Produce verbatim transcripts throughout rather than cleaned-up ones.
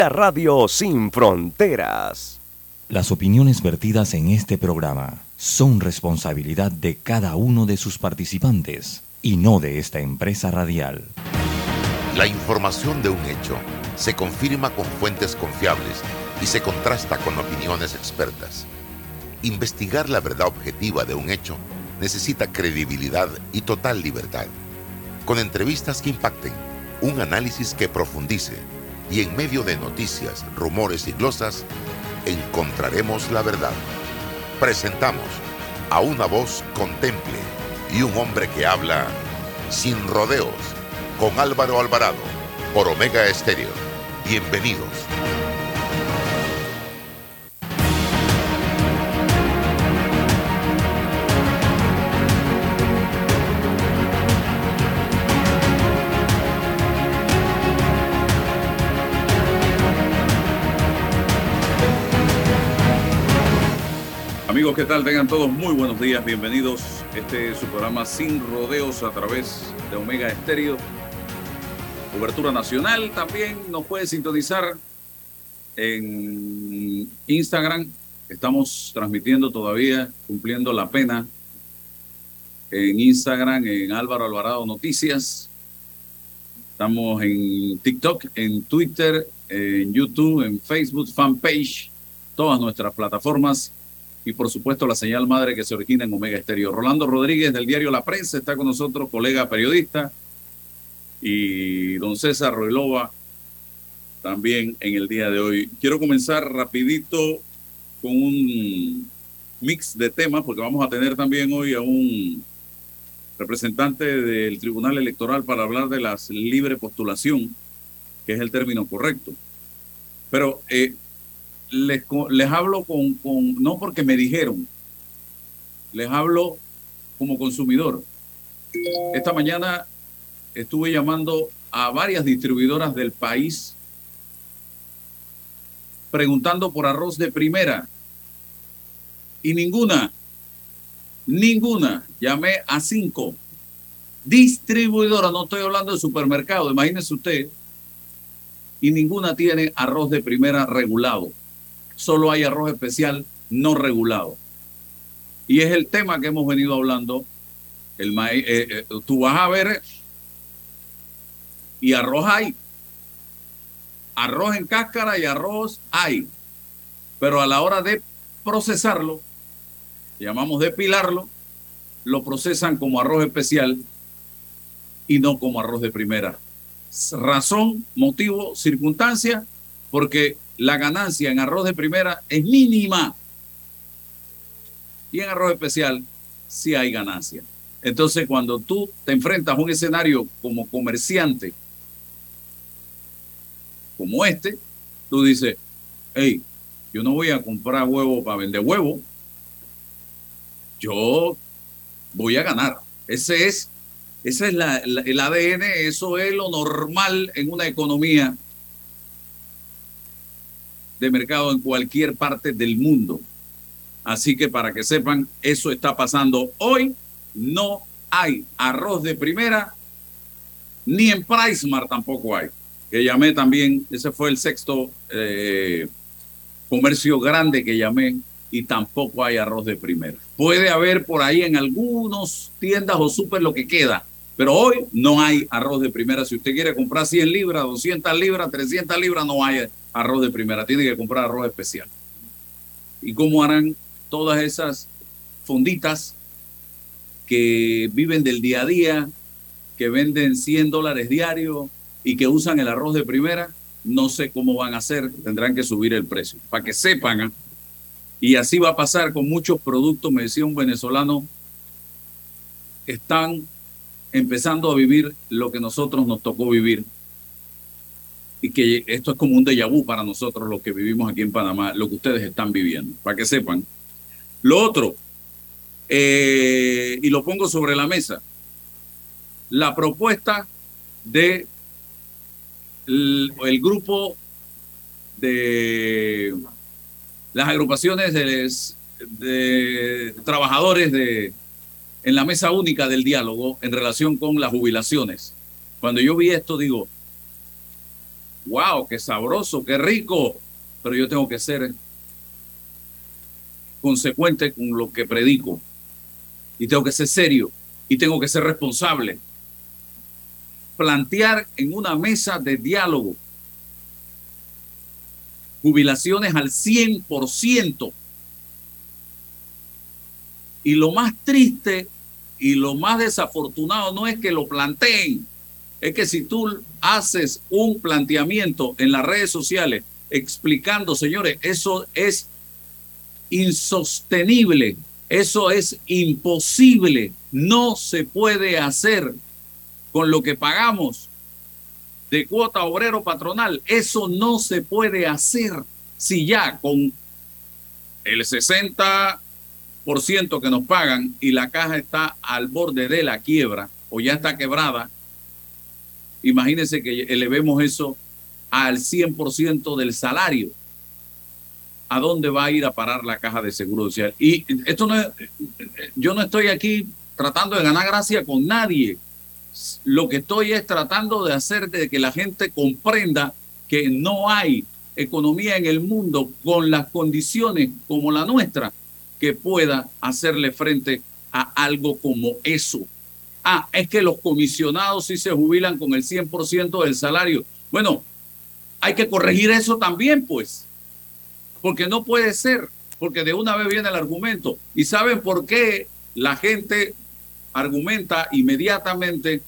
la radio sin fronteras. Las opiniones vertidas en este programa son responsabilidad de cada uno de sus participantes y no de esta empresa radial. La información de un hecho se confirma con fuentes confiables y se contrasta con opiniones expertas. Investigar la verdad objetiva de un hecho necesita credibilidad y total libertad. Con entrevistas que impacten, un análisis que profundice y en medio de noticias, rumores y glosas, encontraremos la verdad. Presentamos a una voz contemple y un hombre que habla sin rodeos, con Álvaro Alvarado, por Omega Estéreo. Bienvenidos. Amigos, ¿qué tal? Tengan todos muy buenos días, bienvenidos. Este es su programa Sin Rodeos a través de Omega Estéreo. Cobertura nacional, también nos puede sintonizar en Instagram. Estamos transmitiendo todavía, cumpliendo la pena, en Instagram, en Álvaro Alvarado Noticias. Estamos en TikTok, en Twitter, en YouTube, en Facebook, fanpage, todas nuestras plataformas. Y por supuesto la señal madre que se origina en Omega Estéreo. Rolando Rodríguez del diario La Prensa está con nosotros, colega periodista. Y don César Roilova también en el día de hoy. Quiero comenzar rapidito con un mix de temas, porque vamos a tener también hoy a un representante del Tribunal Electoral para hablar de la libre postulación, que es el término correcto. Pero eh, Les, les hablo con, con, no porque me dijeron, les hablo como consumidor. Esta mañana estuve llamando a varias distribuidoras del país preguntando por arroz de primera y ninguna, ninguna, llamé a cinco distribuidoras, no estoy hablando de supermercado, imagínese usted, y ninguna tiene arroz de primera regulado. Solo hay arroz especial no regulado. Y es el tema que hemos venido hablando. El maíz, eh, eh, tú vas a ver y arroz hay. Arroz en cáscara y arroz hay. Pero a la hora de procesarlo, llamamos depilarlo, lo procesan como arroz especial y no como arroz de primera. Razón, motivo, circunstancia, porque la ganancia en arroz de primera es mínima y en arroz especial sí hay ganancia. Entonces, cuando tú te enfrentas a un escenario como comerciante como este, tú dices, hey, yo no voy a comprar huevo para vender huevo, yo voy a ganar. Ese es, ese es la, la, el A D N, eso es lo normal en una economía de mercado en cualquier parte del mundo. Así que para que sepan, eso está pasando hoy. No hay arroz de primera, ni en PriceSmart tampoco hay. Que llamé también, ese fue el sexto eh, comercio grande que llamé, y tampoco hay arroz de primera. Puede haber por ahí en algunas tiendas o súper lo que queda, pero hoy no hay arroz de primera. Si usted quiere comprar cien libras, doscientas libras, trescientas libras, no hay arroz de primera, tiene que comprar arroz especial. ¿Y cómo harán todas esas fonditas que viven del día a día, que venden cien dólares diarios y que usan el arroz de primera? No sé cómo van a hacer, tendrán que subir el precio, para que sepan, ¿eh? Y así va a pasar con muchos productos. Me decía un venezolano, están empezando a vivir lo que nosotros nos tocó vivir. Y que esto es como un déjà vu para nosotros, los que vivimos aquí en Panamá, lo que ustedes están viviendo, para que sepan. Lo otro, eh, y lo pongo sobre la mesa, la propuesta de el, el grupo de las agrupaciones de, de trabajadores de, en la mesa única del diálogo en relación con las jubilaciones. Cuando yo vi esto, digo, wow, qué sabroso, qué rico, pero yo tengo que ser consecuente con lo que predico y tengo que ser serio y tengo que ser responsable. Plantear en una mesa de diálogo jubilaciones al cien por ciento. Y lo más triste y lo más desafortunado no es que lo planteen, es que si tú haces un planteamiento en las redes sociales explicando, señores, eso es insostenible, eso es imposible, no se puede hacer con lo que pagamos de cuota obrero patronal, eso no se puede hacer si ya con el sesenta por ciento que nos pagan y la caja está al borde de la quiebra o ya está quebrada. Imagínense que elevemos eso al cien por ciento del salario. ¿A dónde va a ir a parar la caja de seguro social? Y esto no es, yo no estoy aquí tratando de ganar gracia con nadie. Lo que estoy es tratando de hacer de que la gente comprenda que no hay economía en el mundo con las condiciones como la nuestra que pueda hacerle frente a algo como eso. Ah, es que los comisionados sí se jubilan con el cien por ciento del salario. Bueno, hay que corregir eso también, pues, porque no puede ser, porque de una vez viene el argumento. ¿Y saben por qué la gente argumenta inmediatamente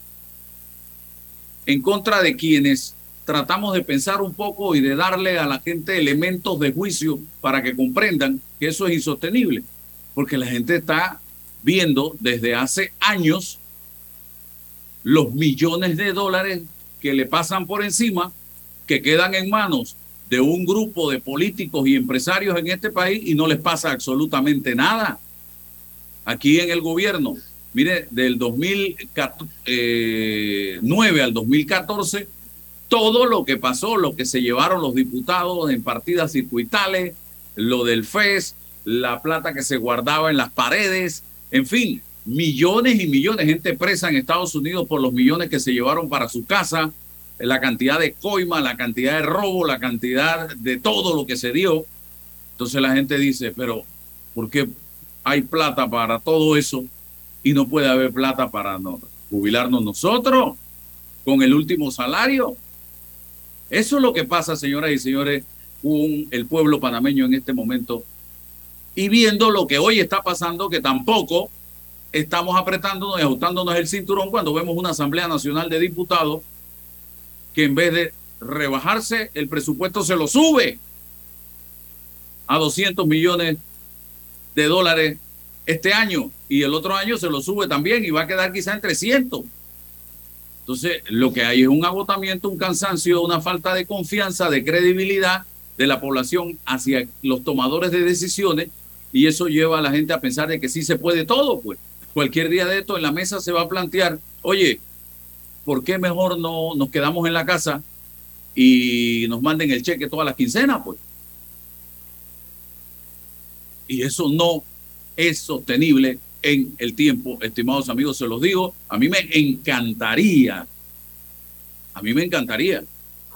en contra de quienes tratamos de pensar un poco y de darle a la gente elementos de juicio para que comprendan que eso es insostenible? Porque la gente está viendo desde hace años los millones de dólares que le pasan por encima, que quedan en manos de un grupo de políticos y empresarios en este país y no les pasa absolutamente nada. Aquí en el gobierno, mire, del dos mil nueve al dos mil catorce, todo lo que pasó, lo que se llevaron los diputados en partidas circuitales, lo del F E S, la plata que se guardaba en las paredes, en fin, millones y millones de gente presa en Estados Unidos por los millones que se llevaron para su casa, la cantidad de coima, la cantidad de robo, la cantidad de todo lo que se dio. Entonces la gente dice, pero ¿por qué hay plata para todo eso y no puede haber plata para no, jubilarnos nosotros con el último salario? Eso es lo que pasa, señoras y señores, con el pueblo panameño en este momento. Y viendo lo que hoy está pasando, que tampoco estamos apretándonos y ajustándonos el cinturón cuando vemos una Asamblea Nacional de Diputados que en vez de rebajarse el presupuesto se lo sube a doscientos millones de dólares este año y el otro año se lo sube también y va a quedar quizá en trescientos. Entonces lo que hay es un agotamiento, un cansancio, una falta de confianza, de credibilidad de la población hacia los tomadores de decisiones, y eso lleva a la gente a pensar de que sí se puede todo. Pues cualquier día de esto en la mesa se va a plantear, oye, ¿por qué mejor no nos quedamos en la casa y nos manden el cheque todas las quincenas? Pues, y eso no es sostenible en el tiempo, estimados amigos, se los digo. A mí me encantaría, a mí me encantaría,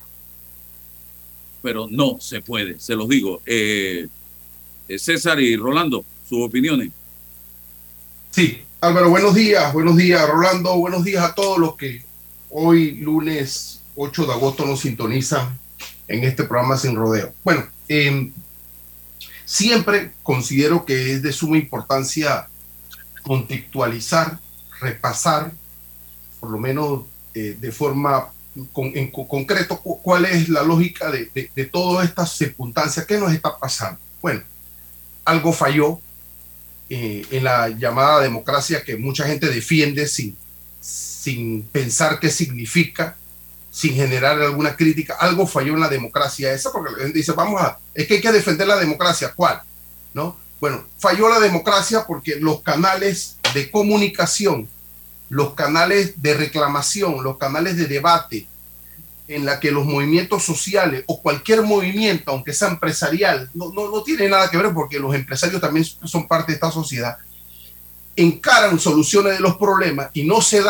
pero no se puede, se los digo. Eh, César y Rolando, sus opiniones. Sí, Álvaro, buenos días, buenos días, Rolando, buenos días a todos los que hoy, lunes ocho de agosto, nos sintonizan en este programa Sin Rodeo. Bueno, eh, siempre considero que es de suma importancia contextualizar, repasar, por lo menos eh, de forma con, en co concreto, cu cuál es la lógica de, de, de todas estas circunstancias, qué nos está pasando. Bueno, algo falló eh, en la llamada democracia que mucha gente defiende sin, sin pensar qué significa, sin generar alguna crítica. Algo falló en la democracia esa, porque la gente dice, vamos a, es que hay que defender la democracia. ¿Cuál? ¿No? Bueno, falló la democracia porque los canales de comunicación, los canales de reclamación, los canales de debate, en la que los movimientos sociales o cualquier movimiento, aunque sea empresarial, no, no, no tiene nada que ver, porque los empresarios también son parte de esta sociedad, encaran soluciones de los problemas y no se dan,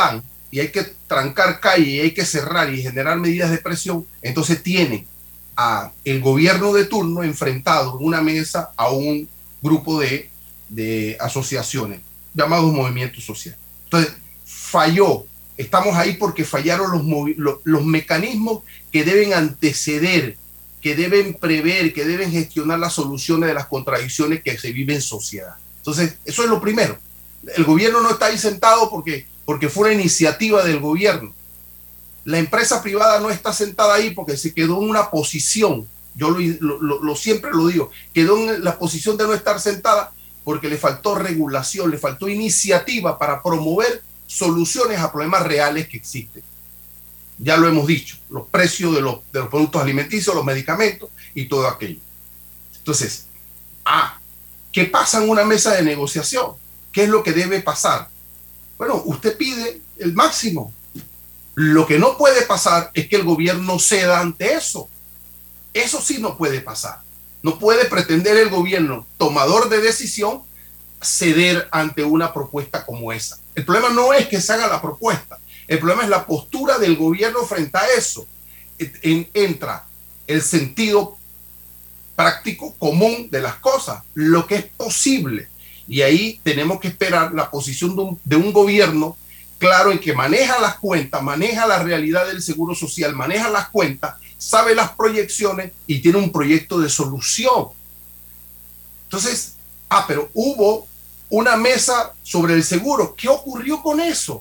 y hay que trancar calle y hay que cerrar y generar medidas de presión, entonces tiene a el gobierno de turno enfrentado en una mesa a un grupo de, de asociaciones llamados movimientos sociales. Entonces, falló. Estamos ahí porque fallaron los, los, los mecanismos que deben anteceder, que deben prever, que deben gestionar las soluciones de las contradicciones que se viven en sociedad. Entonces, eso es lo primero. El gobierno no está ahí sentado porque, porque fue una iniciativa del gobierno. La empresa privada no está sentada ahí porque se quedó en una posición, yo lo, lo, lo siempre lo digo, quedó en la posición de no estar sentada porque le faltó regulación, le faltó iniciativa para promover soluciones a problemas reales que existen. Ya lo hemos dicho, los precios de los, de los productos alimenticios, los medicamentos y todo aquello. Entonces, ah, ¿qué pasa en una mesa de negociación? ¿Qué es lo que debe pasar? Bueno, usted pide el máximo. Lo que no puede pasar es que el gobierno ceda ante eso. Eso sí no puede pasar. No puede pretender el gobierno, tomador de decisión, ceder ante una propuesta como esa. El problema no es que se haga la propuesta. El problema es la postura del gobierno frente a eso. En, entra el sentido práctico común de las cosas, lo que es posible. Y ahí tenemos que esperar la posición de un, de un gobierno claro en que maneja las cuentas, maneja la realidad del seguro social, maneja las cuentas, sabe las proyecciones y tiene un proyecto de solución. Entonces, ah, pero hubo una mesa sobre el seguro. ¿Qué ocurrió con eso?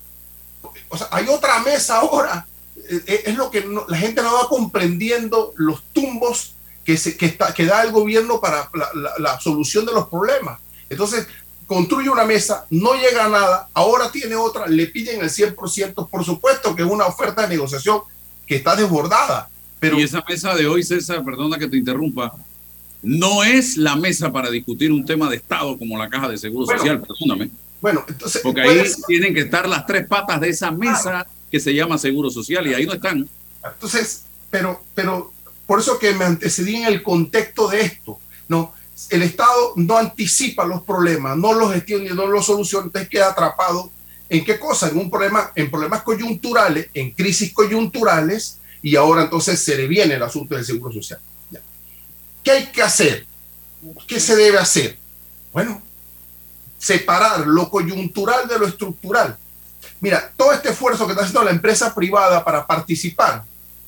O sea, hay otra mesa ahora. Es lo que no, la gente no va comprendiendo los tumbos que, se, que, está, que da el gobierno para la, la, la solución de los problemas. Entonces, construye una mesa, no llega a nada, ahora tiene otra, le piden el cien por ciento, por supuesto que es una oferta de negociación que está desbordada. Pero... Y esa mesa de hoy, César, perdona que te interrumpa, no es la mesa para discutir un tema de Estado como la Caja de Seguro bueno, Social, perdóname. Bueno, entonces... Porque ahí ser... tienen que estar las tres patas de esa mesa claro. que se llama Seguro Social y ahí no están. Entonces, pero, pero por eso que me antecedí en el contexto de esto, ¿no? El Estado no anticipa los problemas, no los gestiona y no los soluciona, entonces queda atrapado en qué cosa, en un problema, en problemas coyunturales, en crisis coyunturales, y ahora entonces se le viene el asunto del seguro social. Ya. ¿Qué hay que hacer? ¿Qué se debe hacer? Bueno, separar lo coyuntural de lo estructural. Mira, todo este esfuerzo que está haciendo la empresa privada para participar,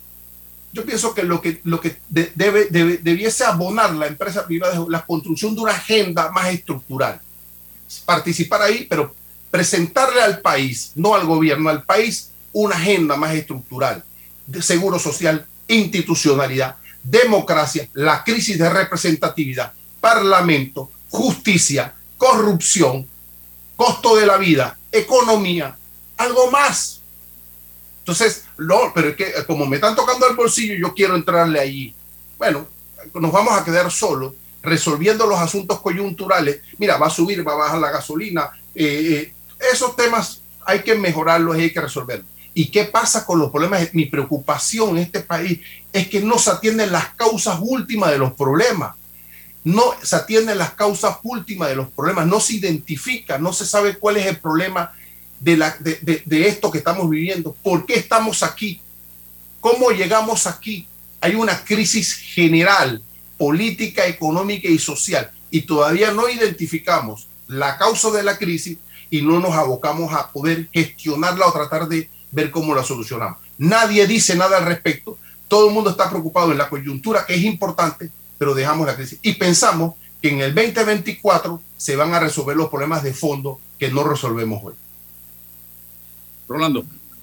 yo pienso que lo que, lo que de, debe, debe, debiese abonar la empresa privada es la construcción de una agenda más estructural. Participar ahí, pero presentarle al país, no al gobierno, al país, una agenda más estructural de seguro social, institucionalidad, democracia, la crisis de representatividad, parlamento, justicia, corrupción, costo de la vida, economía, algo más. Entonces, no, pero es que como me están tocando el bolsillo, yo quiero entrarle allí. Bueno, nos vamos a quedar solos resolviendo los asuntos coyunturales. Mira, va a subir, va a bajar la gasolina. Eh, eh, esos temas hay que mejorarlos y hay que resolverlos. ¿Y qué pasa con los problemas? Mi preocupación en este país es que no se atienden las causas últimas de los problemas. No se atienden las causas últimas de los problemas. No se identifica, no se sabe cuál es el problema De, la, de, de, de esto que estamos viviendo. ¿Por qué estamos aquí? ¿Cómo llegamos aquí? Hay una crisis general, política, económica y social, y todavía no identificamos la causa de la crisis y no nos abocamos a poder gestionarla o tratar de ver cómo la solucionamos. Nadie dice nada al respecto. Todo el mundo está preocupado en la coyuntura, que es importante, pero dejamos la crisis. Y pensamos que en el veinte veinticuatro se van a resolver los problemas de fondo que no resolvemos hoy. Rolando.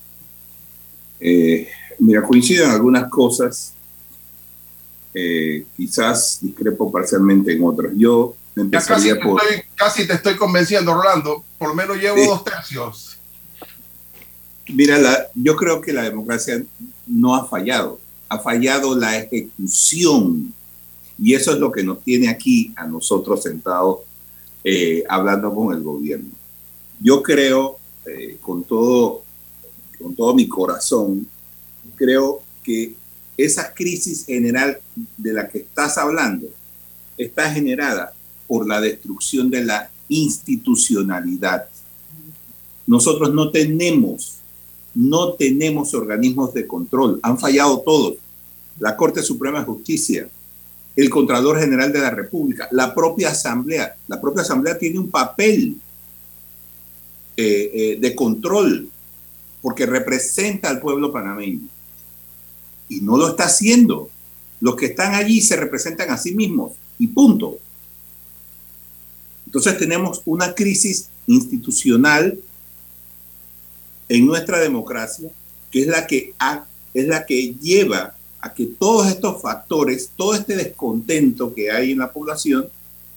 Eh, mira, coinciden algunas cosas, eh, quizás discrepo parcialmente en otras. Yo empezaría casi, por... te estoy, casi te estoy convenciendo, Rolando, por lo menos llevo sí. dos tercios. Mira, la, yo creo que la democracia no ha fallado, ha fallado la ejecución, y eso es lo que nos tiene aquí a nosotros sentados eh, hablando con el gobierno. Yo creo... Eh, con todo, con todo mi corazón, creo que esa crisis general de la que estás hablando está generada por la destrucción de la institucionalidad. nosotros no tenemos, no tenemos organismos de control. Han fallado todos. La Corte Suprema de Justicia, el Contralor General de la República, la propia Asamblea. La propia Asamblea tiene un papel eh, eh, de control porque representa al pueblo panameño. Y no lo está haciendo. Los que están allí se representan a sí mismos y punto. Entonces tenemos una crisis institucional en nuestra democracia que es la que, ha, es la que lleva a que todos estos factores, todo este descontento que hay en la población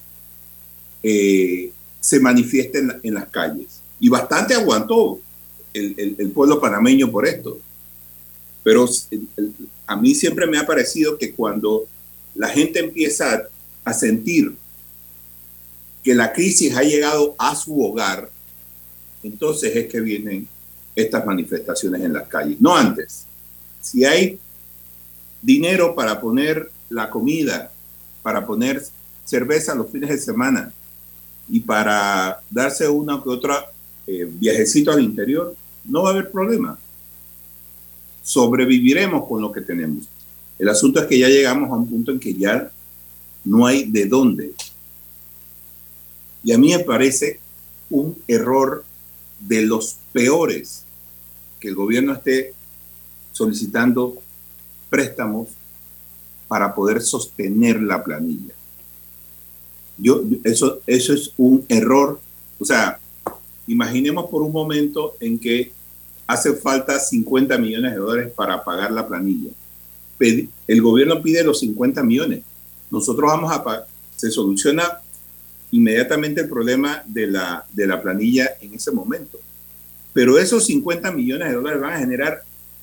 eh, se manifieste en, en las calles. Y bastante aguantó el, el, el pueblo panameño por esto. Pero el, el, a mí siempre me ha parecido que cuando la gente empieza a, a sentir que la crisis ha llegado a su hogar, entonces es que vienen estas manifestaciones en las calles. No antes. Si hay dinero para poner la comida, para poner cerveza los fines de semana y para darse una que otra eh, viajecito al interior, no va a haber problema. Sobreviviremos con lo que tenemos. El asunto es que ya llegamos a un punto en que ya no hay de dónde. Y a mí me parece un error de los peores que el gobierno esté solicitando préstamos para poder sostener la planilla. Yo, eso, eso es un error. O sea, imaginemos por un momento en que hace falta cincuenta millones de dólares para pagar la planilla. El gobierno pide los cincuenta millones. Nosotros vamos a pagar. Se soluciona inmediatamente el problema de la, de la planilla en ese momento. Pero esos cincuenta millones de dólares van a generar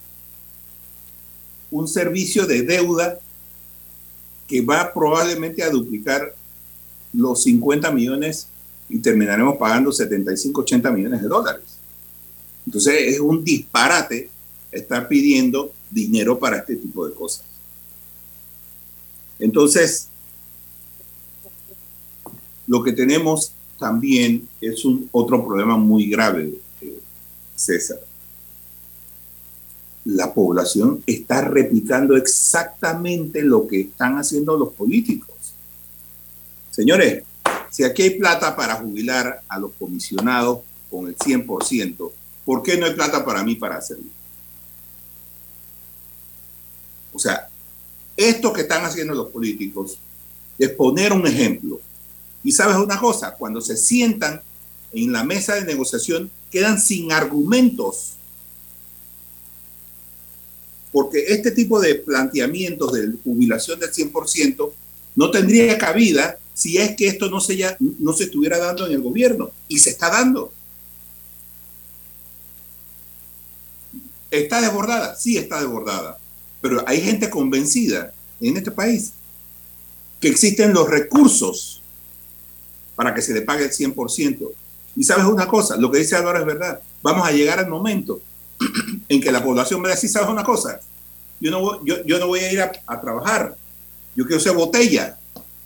un servicio de deuda que va probablemente a duplicar los cincuenta millones y terminaremos pagando setenta y cinco, ochenta millones de dólares. Entonces es un disparate estar pidiendo dinero para este tipo de cosas. Entonces, lo que tenemos también es un otro problema muy grave, eh, César. La población está replicando exactamente lo que están haciendo los políticos. Señores, si aquí hay plata para jubilar a los comisionados con el cien por ciento, ¿por qué no hay plata para mí para hacerlo? O sea, esto que están haciendo los políticos es poner un ejemplo. Y sabes una cosa, cuando se sientan en la mesa de negociación, quedan sin argumentos. Porque este tipo de planteamientos de jubilación del cien por ciento no tendría cabida si es que esto no se, ya, no se estuviera dando en el gobierno. Y se está dando. ¿Está desbordada? Sí, está desbordada. Pero hay gente convencida en este país que existen los recursos para que se le pague el cien por ciento. Y sabes una cosa, lo que dice Álvaro es verdad. Vamos a llegar al momento en que la población va a decir, ¿sabes una cosa? Yo no voy, yo, yo no voy a ir a, a trabajar. Yo quiero ser botella.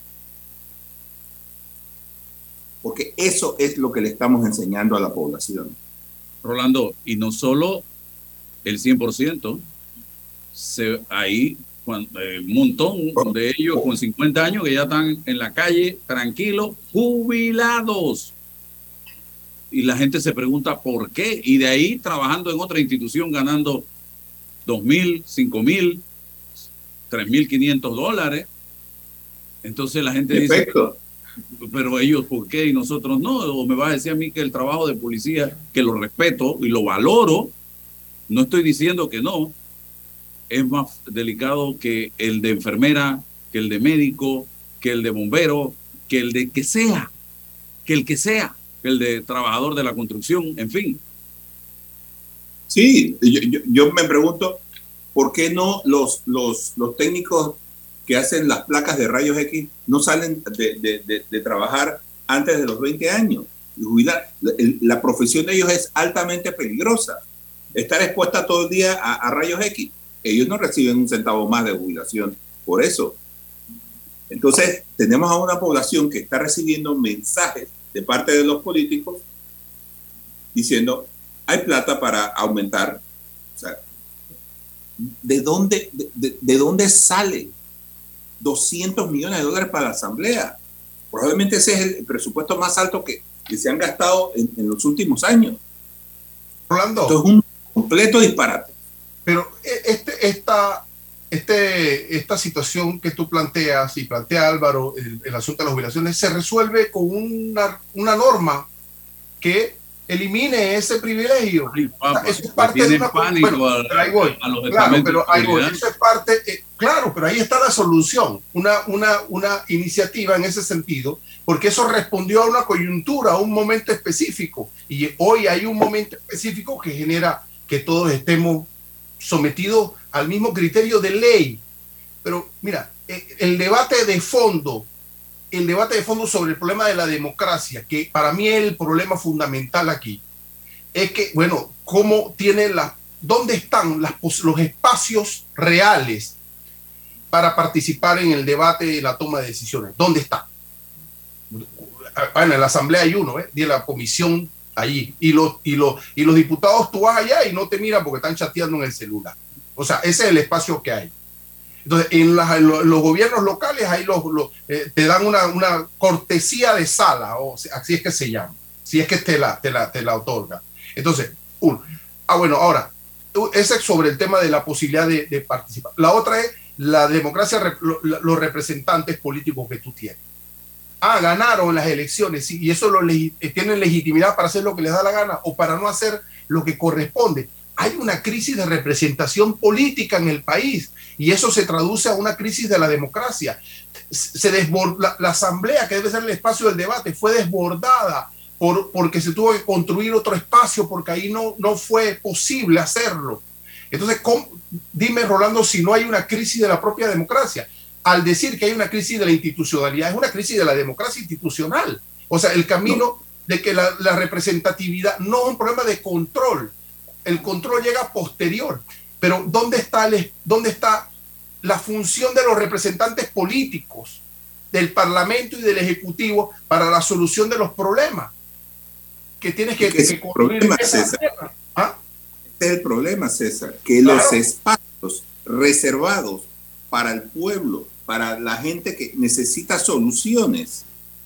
Porque eso es lo que le estamos enseñando a la población. Rolando, y no solo el cien por ciento, se, hay un montón de ellos con cincuenta años que ya están en la calle, tranquilos, jubilados. Y la gente se pregunta por qué. Y de ahí trabajando en otra institución ganando dos mil, cinco mil, tres mil quinientos dólares. Entonces la gente Perfecto. dice, pero ellos ¿por qué y nosotros no? O me va a decir a mí que el trabajo de policía, que lo respeto y lo valoro, no estoy diciendo que no, es más delicado que el de enfermera, que el de médico, que el de bombero, que el de que sea, que el que sea, que el de trabajador de la construcción, en fin. Sí, yo, yo, yo me pregunto, ¿por qué no los, los, los técnicos que hacen las placas de rayos X no salen de, de, de, de trabajar antes de los veinte años? Y jubilar. La, la profesión de ellos es altamente peligrosa. Estar expuesta todo el día a, a rayos X. Ellos no reciben un centavo más de jubilación por eso. Entonces, tenemos a una población que está recibiendo mensajes de parte de los políticos diciendo, hay plata para aumentar. O sea, ¿de dónde, de, de, de dónde sale doscientos millones de dólares para la Asamblea? Probablemente ese es el presupuesto más alto que, que se han gastado en, en los últimos años. Rolando. Esto es un completo disparate. Pero este, esta, este, esta situación que tú planteas y plantea Álvaro, el, el asunto de las jubilaciones, se resuelve con una, una norma que elimine ese privilegio. Ay, papá, eso es parte de una pánico bueno, a, pero ahí voy. a los claro, pero ahí voy. de Eso es parte, eh, claro, pero ahí está la solución, una, una, una iniciativa en ese sentido, porque eso respondió a una coyuntura, a un momento específico, y hoy hay un momento específico que genera que todos estemos sometidos al mismo criterio de ley. Pero mira, el debate de fondo, el debate de fondo sobre el problema de la democracia, que para mí es el problema fundamental aquí, es que, bueno, cómo tiene la, dónde están las, los espacios reales para participar en el debate y la toma de decisiones. ¿Dónde están? Bueno, en la asamblea hay uno, ¿eh? De la comisión allí, y los, y, los, y los diputados tú vas allá y no te miran porque están chateando en el celular. O sea, ese es el espacio que hay. Entonces, en, las, en los, los gobiernos locales ahí los, los, eh, te dan una, una cortesía de sala, o así es que se llama, si es que te la, te la, te la otorga. Entonces, uno. Ah, bueno, ahora, ese es sobre el tema de la posibilidad de, de participar. La otra es la democracia, lo, los representantes políticos que tú tienes. Ah, ganaron las elecciones, sí, y eso lo legi tienen legitimidad para hacer lo que les da la gana o para no hacer lo que corresponde. Hay una crisis de representación política en el país y eso se traduce a una crisis de la democracia. Se desborda, la, la asamblea, que debe ser el espacio del debate, fue desbordada por, porque se tuvo que construir otro espacio porque ahí no, no fue posible hacerlo. Entonces, ¿cómo? Dime, Rolando, si no hay una crisis de la propia democracia. Al decir que hay una crisis de la institucionalidad, es una crisis de la democracia institucional. O sea, el camino no. de que la, la representatividad no es un problema de control. El control llega posterior. Pero ¿dónde está, el, dónde está la función de los representantes políticos, del Parlamento y del Ejecutivo para la solución de los problemas? Que tienes que, que, que problema, César. ¿Ah? Este es el problema, César, que claro. los espacios reservados para el pueblo, para la gente que necesita soluciones,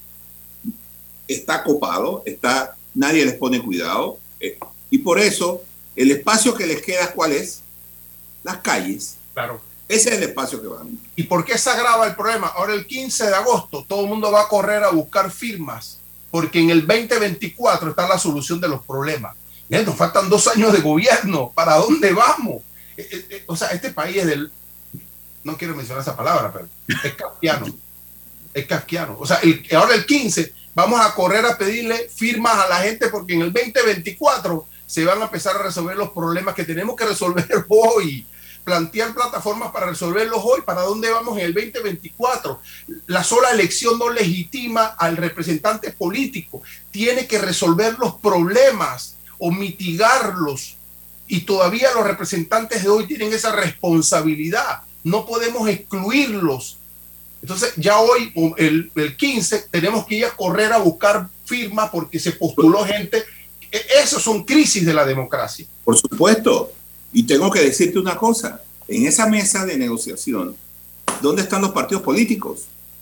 está copado, está, nadie les pone cuidado, eh, y por eso el espacio que les queda, ¿cuál es? Las calles. Claro. Ese es el espacio que van. ¿Y por qué se agrava el problema? Ahora el quince de agosto todo el mundo va a correr a buscar firmas, porque en el veinte veinticuatro está la solución de los problemas. Ya nos faltan dos años de gobierno. ¿Para dónde vamos? Eh, eh, o sea, este país es del... No quiero mencionar esa palabra, pero es kafkiano. Es kafkiano. O sea, el, ahora el quince vamos a correr a pedirle firmas a la gente porque en el veinte veinticuatro se van a empezar a resolver los problemas que tenemos que resolver hoy. Plantear plataformas para resolverlos hoy. ¿Para dónde vamos en el veinte veinticuatro? La sola elección no legitima al representante político. Tiene que resolver los problemas o mitigarlos. Y todavía los representantes de hoy tienen esa responsabilidad. No podemos excluirlos. Entonces ya hoy, el, el quince, tenemos que ir a correr a buscar firmas porque se postuló gente. Esas son crisis de la democracia. Por supuesto. Y tengo que decirte una cosa. En esa mesa de negociación, ¿dónde están los partidos políticos?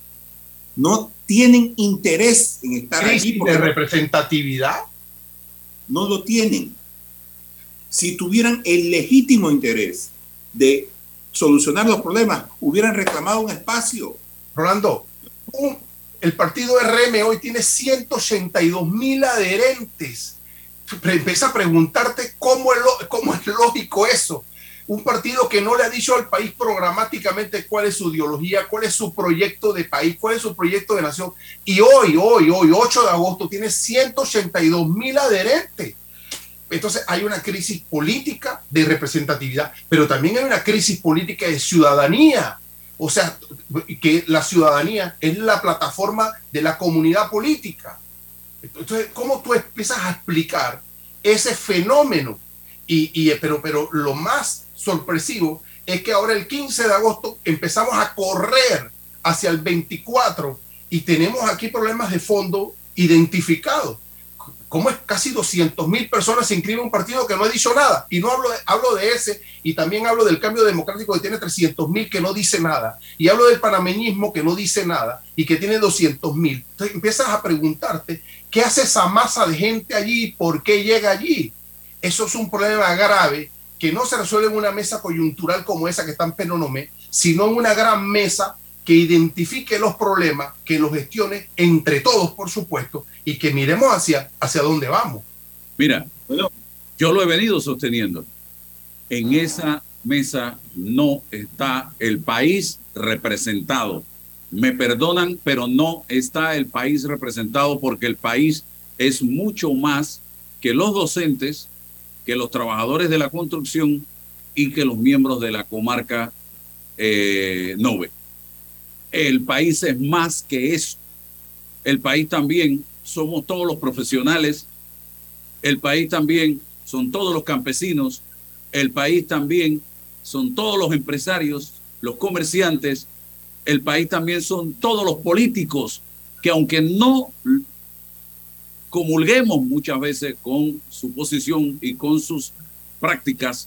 No tienen interés en estar allí. ¿Crisis de representatividad? No lo tienen. Si tuvieran el legítimo interés de solucionar los problemas, hubieran reclamado un espacio. Rolando, un, el partido R M hoy tiene ciento ochenta y dos mil adherentes. Empieza a preguntarte cómo es, lo, cómo es lógico eso. Un partido que no le ha dicho al país programáticamente cuál es su ideología, cuál es su proyecto de país, cuál es su proyecto de nación. Y hoy, hoy, hoy, ocho de agosto, tiene ciento ochenta y dos mil adherentes. Entonces hay una crisis política de representatividad, pero también hay una crisis política de ciudadanía. O sea, que la ciudadanía es la plataforma de la comunidad política. Entonces, ¿cómo tú empiezas a explicar ese fenómeno? Y, y, pero, pero lo más sorpresivo es que ahora el quince de agosto empezamos a correr hacia el veinticuatro y tenemos aquí problemas de fondo identificados. ¿Cómo es? Casi doscientas mil personas se inscriben en un partido que no ha dicho nada. Y no hablo de, hablo de ese, y también hablo del Cambio Democrático que tiene trescientos mil que no dice nada. Y hablo del panameñismo que no dice nada y que tiene doscientos mil. Entonces empiezas a preguntarte, ¿qué hace esa masa de gente allí? ¿Por qué llega allí? Eso es un problema grave que no se resuelve en una mesa coyuntural como esa que está en Penonomé, sino en una gran mesa que identifique los problemas, que los gestione entre todos, por supuesto, y que miremos hacia, hacia dónde vamos. Mira, bueno, yo lo he venido sosteniendo. En esa mesa no está el país representado. Me perdonan, pero no está el país representado porque el país es mucho más que los docentes, que los trabajadores de la construcción y que los miembros de la comarca eh, Nove. El país es más que eso. El país también somos todos los profesionales. El país también son todos los campesinos. El país también son todos los empresarios, los comerciantes. El país también son todos los políticos que, aunque no comulguemos muchas veces con su posición y con sus prácticas,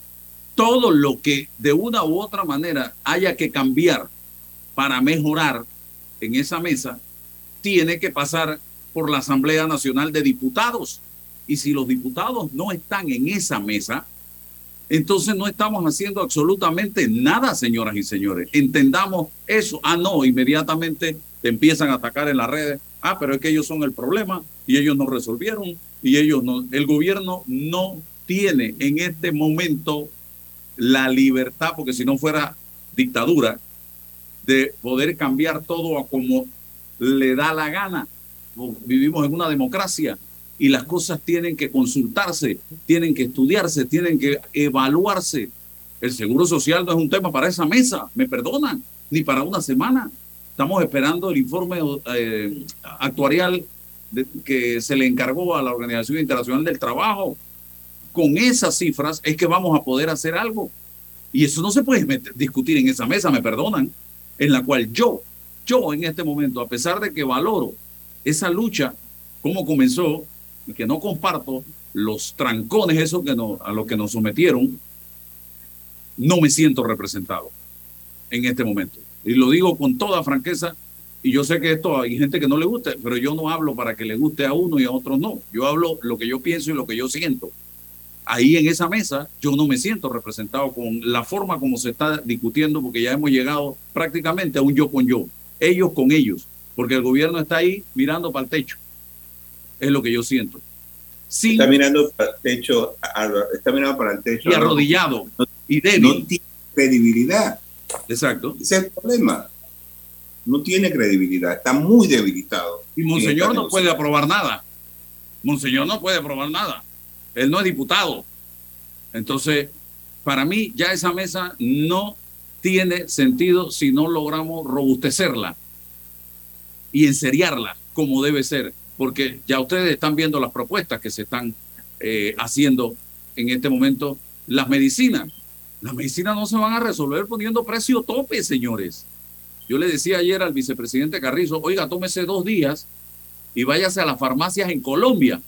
todo lo que de una u otra manera haya que cambiar para mejorar en esa mesa, tiene que pasar por la Asamblea Nacional de Diputados. Y si los diputados no están en esa mesa, entonces no estamos haciendo absolutamente nada, señoras y señores. Entendamos eso. Ah, no, inmediatamente te empiezan a atacar en las redes. Ah, pero es que ellos son el problema y ellos no resolvieron y ellos no. El gobierno no tiene en este momento la libertad, porque si no fuera dictadura, de poder cambiar todo a como le da la gana. Vivimos en una democracia y las cosas tienen que consultarse, tienen que estudiarse, tienen que evaluarse. El seguro social no es un tema para esa mesa, me perdonan, ni para una semana. Estamos esperando el informe eh, actuarial de, que se le encargó a la Organización Internacional del Trabajo. Con esas cifras es que vamos a poder hacer algo. Y eso no se puede meter, discutir en esa mesa, me perdonan, en la cual yo, yo en este momento, a pesar de que valoro esa lucha, cómo comenzó, y que no comparto los trancones esos que no, a los que nos sometieron, no me siento representado en este momento. Y lo digo con toda franqueza, y yo sé que esto hay gente que no le gusta, pero yo no hablo para que le guste a uno y a otros no. Yo hablo lo que yo pienso y lo que yo siento. Ahí en esa mesa yo no me siento representado con la forma como se está discutiendo, porque ya hemos llegado prácticamente a un yo con yo, ellos con ellos, porque el gobierno está ahí mirando para el techo. Es lo que yo siento. Sin, está mirando para el techo, está mirando para el techo. Y arrodillado no, y débil. No tiene credibilidad. Exacto. Ese es el problema. No tiene credibilidad, está muy debilitado. Y Monseñor no puede aprobar nada. Monseñor no puede aprobar nada. Él no es diputado. Entonces, para mí, ya esa mesa no tiene sentido si no logramos robustecerla y enseriarla como debe ser. Porque ya ustedes están viendo las propuestas que se están eh, haciendo en este momento. Las medicinas. Las medicinas no se van a resolver poniendo precio tope, señores. Yo le decía ayer al vicepresidente Carrizo, oiga, tómese dos días y váyase a las farmacias en Colombia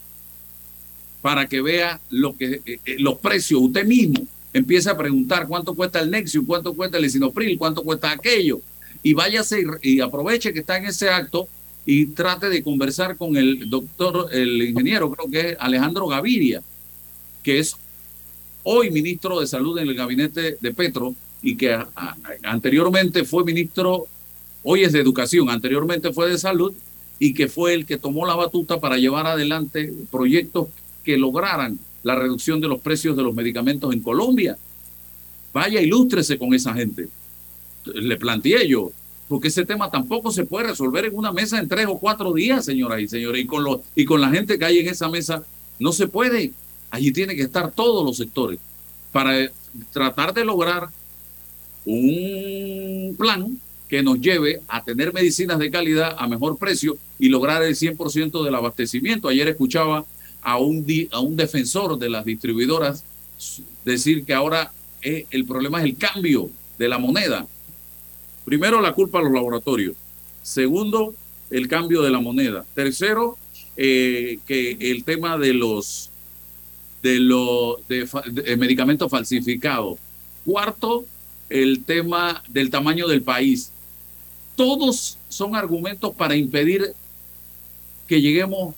para que vea lo que, eh, los precios. Usted mismo empieza a preguntar cuánto cuesta el Nexium, cuánto cuesta el lisinopril, cuánto cuesta aquello. Y váyase y, y aproveche que está en ese acto y trate de conversar con el doctor, el ingeniero, creo que es Alejandro Gaviria, que es hoy ministro de Salud en el gabinete de Petro y que a, a, anteriormente fue ministro, hoy es de Educación, anteriormente fue de Salud y que fue el que tomó la batuta para llevar adelante proyectos que lograran la reducción de los precios de los medicamentos en Colombia. Vaya, ilústrese con esa gente. Le planteé yo, porque ese tema tampoco se puede resolver en una mesa en tres o cuatro días, señoras y señores, y con, los, y con la gente que hay en esa mesa no se puede. Allí tienen que estar todos los sectores para tratar de lograr un plan que nos lleve a tener medicinas de calidad a mejor precio y lograr el cien por ciento del abastecimiento. Ayer escuchaba a un, di, a un defensor de las distribuidoras decir que ahora eh, el problema es el cambio de la moneda. Primero, la culpa a los laboratorios. Segundo, el cambio de la moneda. Tercero, eh, que el tema de los de los de, de medicamentos falsificados. Cuarto, el tema del tamaño del país. Todos son argumentos para impedir que lleguemos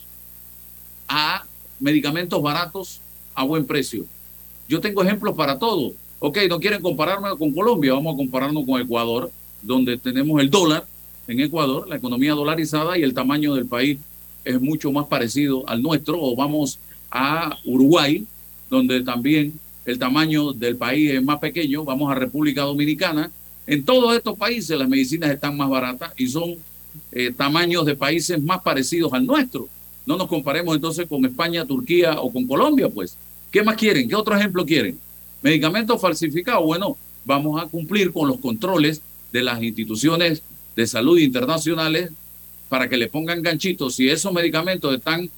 a medicamentos baratos a buen precio. Yo tengo ejemplos para todo. Ok, no quieren compararme con Colombia, vamos a compararnos con Ecuador, donde tenemos el dólar en Ecuador, la economía dolarizada y el tamaño del país es mucho más parecido al nuestro. O vamos a Uruguay, donde también el tamaño del país es más pequeño. Vamos a República Dominicana. En todos estos países las medicinas están más baratas y son eh, tamaños de países más parecidos al nuestro. No nos comparemos entonces con España, Turquía o con Colombia, pues. ¿Qué más quieren? ¿Qué otro ejemplo quieren? ¿Medicamentos falsificados? Bueno, vamos a cumplir con los controles de las instituciones de salud internacionales para que le pongan ganchitos. Si esos medicamentos están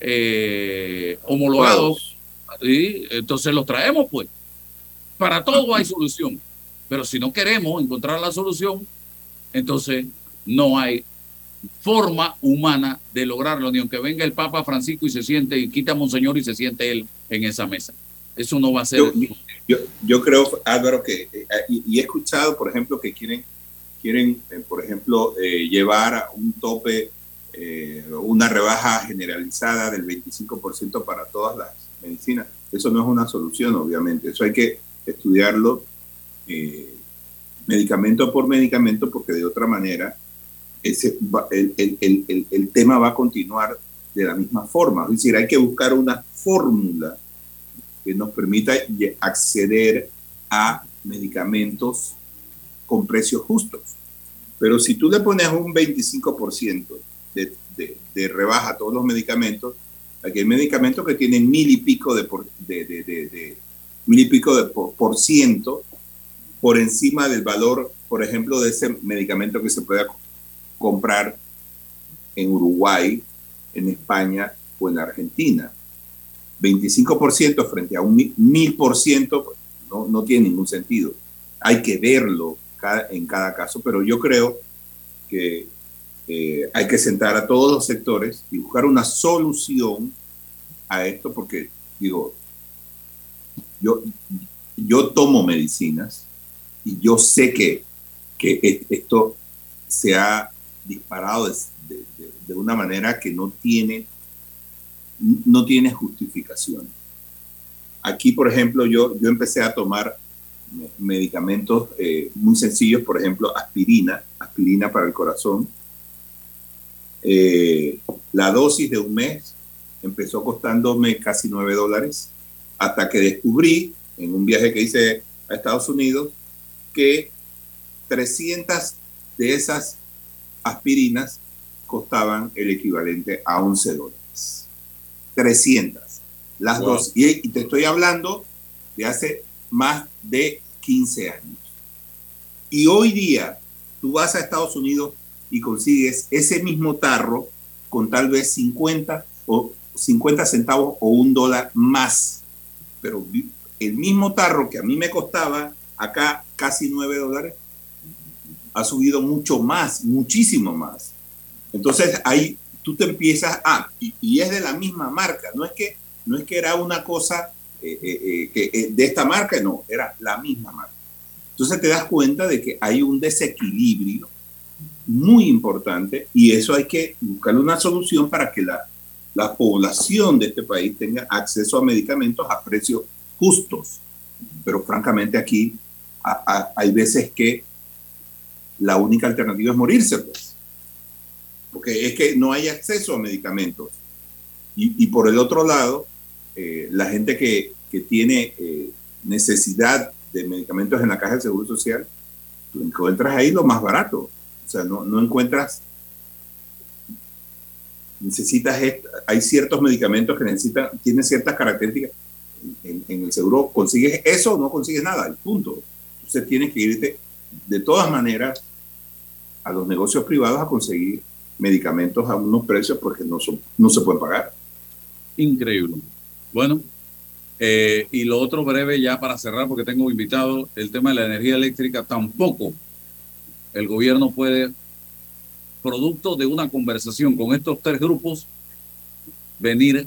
eh, homologados, ¿sí? Entonces los traemos, pues. Para todo hay solución. Pero si no queremos encontrar la solución, entonces no hay forma humana de lograrlo, ni aunque venga el Papa Francisco y se siente y quita a Monseñor y se siente él en esa mesa. Eso no va a ser. Yo, yo, yo creo, Álvaro, que eh, y, y he escuchado, por ejemplo, que quieren, quieren eh, por ejemplo, eh, llevar a un tope, eh, una rebaja generalizada del veinticinco por ciento para todas las medicinas. Eso no es una solución, obviamente. Eso hay que estudiarlo eh, medicamento por medicamento, porque de otra manera ese, el, el, el, el tema va a continuar de la misma forma. Es decir, hay que buscar una fórmula que nos permita acceder a medicamentos con precios justos. Pero si tú le pones un veinticinco por ciento de, de, de rebaja a todos los medicamentos, aquí hay medicamentos que tienen mil y pico de, por, de, de, de, de mil y pico de por, por ciento por encima del valor, por ejemplo, de ese medicamento que se pueda comprar en Uruguay, en España o en la Argentina. veinticinco por ciento frente a un mil por ciento no, no tiene ningún sentido. Hay que verlo cada, en cada caso, pero yo creo que eh, hay que sentar a todos los sectores y buscar una solución a esto, porque digo, yo, yo tomo medicinas y yo sé que, que esto se ha disparado de, de, de, de una manera que no tiene no tiene justificación. Aquí, por ejemplo, yo, yo empecé a tomar medicamentos eh, muy sencillos, por ejemplo, aspirina, aspirina para el corazón. Eh, la dosis de un mes empezó costándome casi nueve dólares, hasta que descubrí, en un viaje que hice a Estados Unidos, que trescientas de esas aspirinas costaban el equivalente a once dólares. trescientas, las wow. dos. Y, y te estoy hablando de hace más de quince años. Y hoy día tú vas a Estados Unidos y consigues ese mismo tarro con tal vez cincuenta o cincuenta centavos o un dólar más. Pero el mismo tarro que a mí me costaba acá casi nueve dólares ha subido mucho más, muchísimo más. Entonces ahí tú te empiezas, ah, y, y es de la misma marca, no es que, no es que era una cosa eh, eh, que, eh, de esta marca, no, era la misma marca. Entonces te das cuenta de que hay un desequilibrio muy importante y eso hay que buscar una solución para que la, la población de este país tenga acceso a medicamentos a precios justos. Pero francamente aquí a, a, hay veces que la única alternativa es morirse, pues. Porque es que no hay acceso a medicamentos. Y, y por el otro lado, eh, la gente que, que tiene eh, necesidad de medicamentos en la caja del Seguro Social, tú encuentras ahí lo más barato. O sea, no, no encuentras, necesitas, hay ciertos medicamentos que necesitan, tienen ciertas características. En, en el seguro consigues eso o no consigues nada, el punto. Entonces tienes que irte de todas maneras a los negocios privados a conseguir medicamentos a unos precios porque no, son, no se pueden pagar. Increíble. Bueno, eh, y lo otro breve ya para cerrar, porque tengo invitado, el tema de la energía eléctrica tampoco el gobierno puede, producto de una conversación con estos tres grupos, venir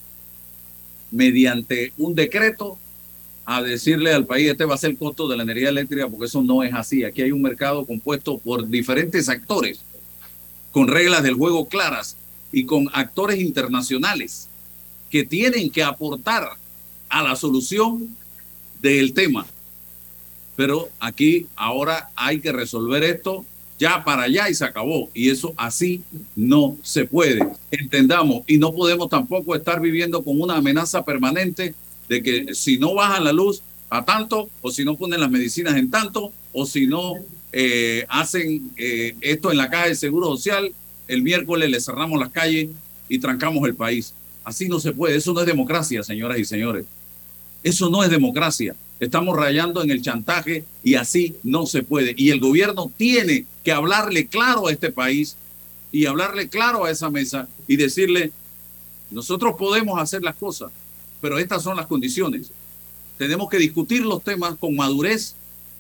mediante un decreto a decirle al país este va a ser el costo de la energía eléctrica, porque eso no es así. Aquí hay un mercado compuesto por diferentes actores, con reglas del juego claras y con actores internacionales que tienen que aportar a la solución del tema. Pero aquí ahora hay que resolver esto ya para allá y se acabó. Y eso así no se puede. Entendamos, y no podemos tampoco estar viviendo con una amenaza permanente de que si no bajan la luz a tanto, o si no ponen las medicinas en tanto, o si no eh, hacen eh, esto en la caja de Seguro Social, el miércoles le cerramos las calles y trancamos el país. Así no se puede. Eso no es democracia, señoras y señores. Eso no es democracia. Estamos rayando en el chantaje y así no se puede. Y el gobierno tiene que hablarle claro a este país y hablarle claro a esa mesa y decirle, nosotros podemos hacer las cosas, pero estas son las condiciones. Tenemos que discutir los temas con madurez,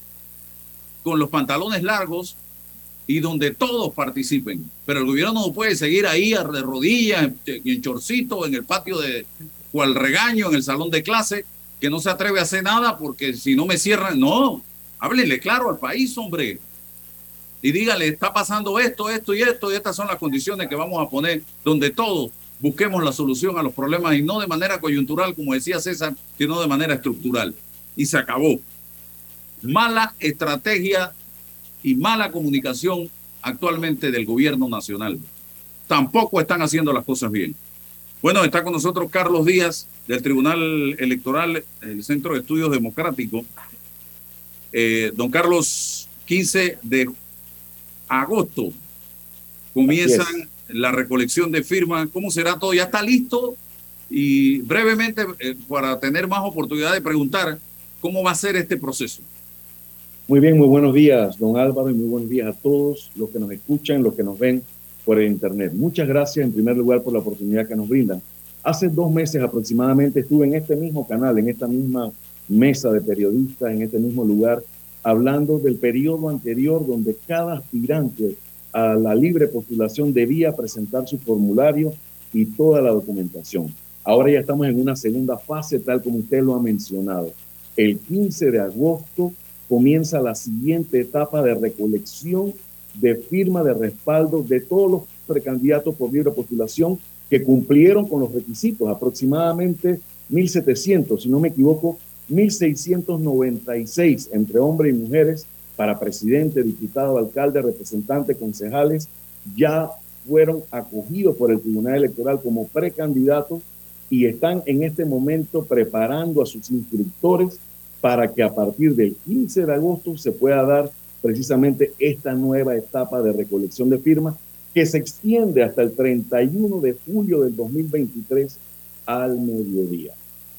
con los pantalones largos y donde todos participen. Pero el gobierno no puede seguir ahí de rodillas, en, en chorcito, en el patio de cual regaño, en el salón de clase, que no se atreve a hacer nada porque si no me cierran. No, háblele claro al país, hombre. Y dígale, está pasando esto, esto y esto, y estas son las condiciones que vamos a poner, donde todos busquemos la solución a los problemas y no de manera coyuntural, como decía César, sino de manera estructural. Y se acabó. Mala estrategia y mala comunicación actualmente del gobierno nacional. Tampoco están haciendo las cosas bien. Bueno, está con nosotros Carlos Díaz, del Tribunal Electoral, el Centro de Estudios Democráticos. Eh, don Carlos, quince de agosto comienzan la recolección de firmas. ¿Cómo será todo? ¿Ya está listo? Y brevemente, eh, para tener más oportunidad de preguntar, ¿cómo va a ser este proceso? Muy bien, muy buenos días, don Álvaro, y muy buenos días a todos los que nos escuchan, los que nos ven por el internet. Muchas gracias en primer lugar por la oportunidad que nos brindan. Hace dos meses aproximadamente estuve en este mismo canal, en esta misma mesa de periodistas, en este mismo lugar, hablando del periodo anterior donde cada aspirante a la libre postulación debía presentar su formulario y toda la documentación. Ahora ya estamos en una segunda fase, tal como usted lo ha mencionado. El quince de agosto comienza la siguiente etapa de recolección de firma de respaldo de todos los precandidatos por libre postulación que cumplieron con los requisitos, aproximadamente mil setecientos, si no me equivoco, mil seiscientos noventa y seis entre hombres y mujeres para presidente, diputado, alcalde, representante, concejales, ya fueron acogidos por el Tribunal Electoral como precandidatos y están en este momento preparando a sus inscriptores para que a partir del quince de agosto se pueda dar precisamente esta nueva etapa de recolección de firmas que se extiende hasta el treinta y uno de julio del dos mil veintitrés al mediodía.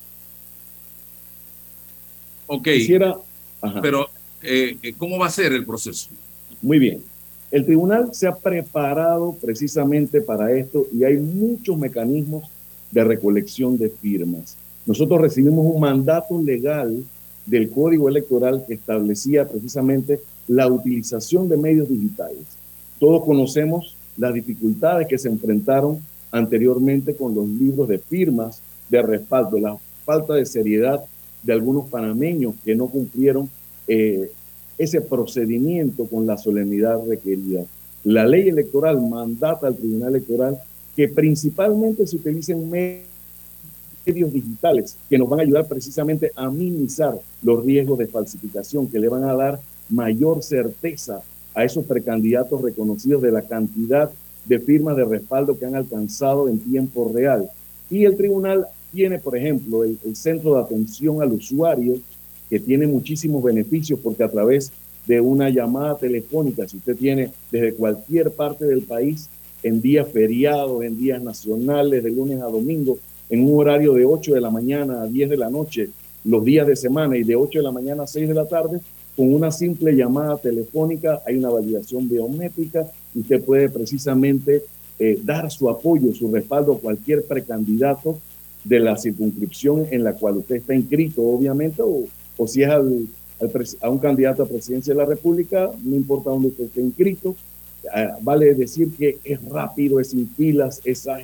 Ok, Quisiera, ajá. pero eh, ¿cómo va a ser el proceso? Muy bien. El tribunal se ha preparado precisamente para esto y hay muchos mecanismos de recolección de firmas. Nosotros recibimos un mandato legal del Código Electoral que establecía precisamente la utilización de medios digitales. Todos conocemos las dificultades que se enfrentaron anteriormente con los libros de firmas de respaldo, la falta de seriedad de algunos panameños que no cumplieron eh, ese procedimiento con la solemnidad requerida. La ley electoral mandata al Tribunal Electoral que principalmente se utilicen medios digitales que nos van a ayudar precisamente a minimizar los riesgos de falsificación, que le van a dar mayor certeza a esos precandidatos reconocidos de la cantidad de firmas de respaldo que han alcanzado en tiempo real. Y el tribunal tiene, por ejemplo, el, el centro de atención al usuario, que tiene muchísimos beneficios porque a través de una llamada telefónica, si usted tiene desde cualquier parte del país, en días feriados, en días nacionales, de lunes a domingo, en un horario de ocho de la mañana a diez de la noche, los días de semana, y de ocho de la mañana a seis de la tarde, con una simple llamada telefónica, hay una validación biométrica, y usted puede precisamente eh, dar su apoyo, su respaldo a cualquier precandidato de la circunscripción en la cual usted está inscrito, obviamente, o, o si es al, al a un candidato a presidencia de la República, no importa dónde usted esté inscrito. Uh, vale decir que es rápido, es sin filas, es ágil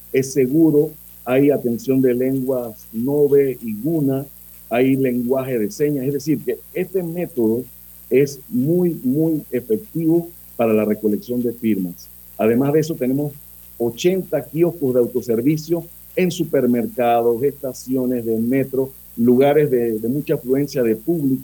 es seguro, hay atención de lenguas Nove y Guna, hay lenguaje de señas, es decir, que este método es muy, muy efectivo para la recolección de firmas. Además de eso, tenemos ochenta kioscos de autoservicio en supermercados, estaciones de metro, lugares de, de mucha afluencia de público,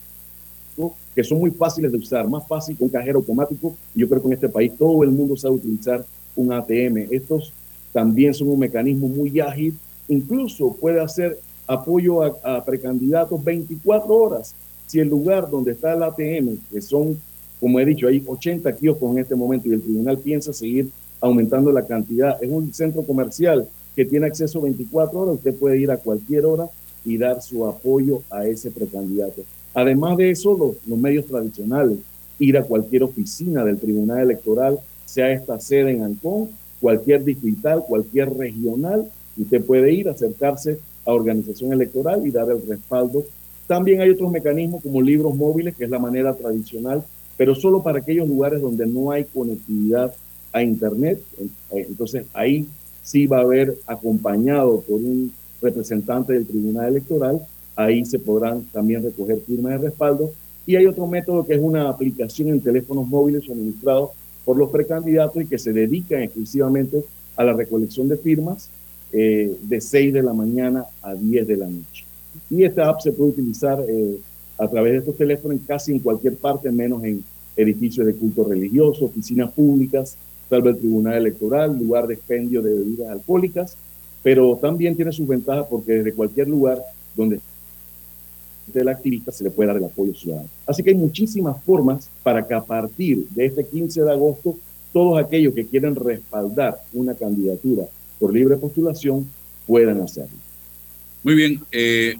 que son muy fáciles de usar, más fácil que un cajero automático. Yo creo que en este país todo el mundo sabe utilizar un A T M. Estos también son un mecanismo muy ágil, incluso puede hacer apoyo a, a precandidatos veinticuatro horas. Si el lugar donde está el A T M, que son, como he dicho, hay ochenta kioscos en este momento y el tribunal piensa seguir aumentando la cantidad, es un centro comercial que tiene acceso veinticuatro horas, usted puede ir a cualquier hora y dar su apoyo a ese precandidato. Además de eso, los, los medios tradicionales, ir a cualquier oficina del Tribunal Electoral, sea esta sede en Ancón, cualquier distrital, cualquier regional, usted puede ir, acercarse a organización electoral y dar el respaldo. También hay otros mecanismos como libros móviles, que es la manera tradicional, pero solo para aquellos lugares donde no hay conectividad a Internet. Entonces ahí sí va a haber acompañado por un representante del Tribunal Electoral, ahí se podrán también recoger firmas de respaldo. Y hay otro método que es una aplicación en teléfonos móviles suministrados por los precandidatos y que se dedican exclusivamente a la recolección de firmas eh, de seis de la mañana a diez de la noche. Y esta app se puede utilizar eh, a través de estos teléfonos en casi en cualquier parte, menos en edificios de culto religioso, oficinas públicas, salvo el Tribunal Electoral, lugar de expendio de bebidas alcohólicas, pero también tiene sus ventajas porque desde cualquier lugar donde del activista se le puede dar el apoyo ciudadano. Así que hay muchísimas formas para que a partir de este quince de agosto, todos aquellos que quieren respaldar una candidatura por libre postulación puedan hacerlo. Muy bien. Eh,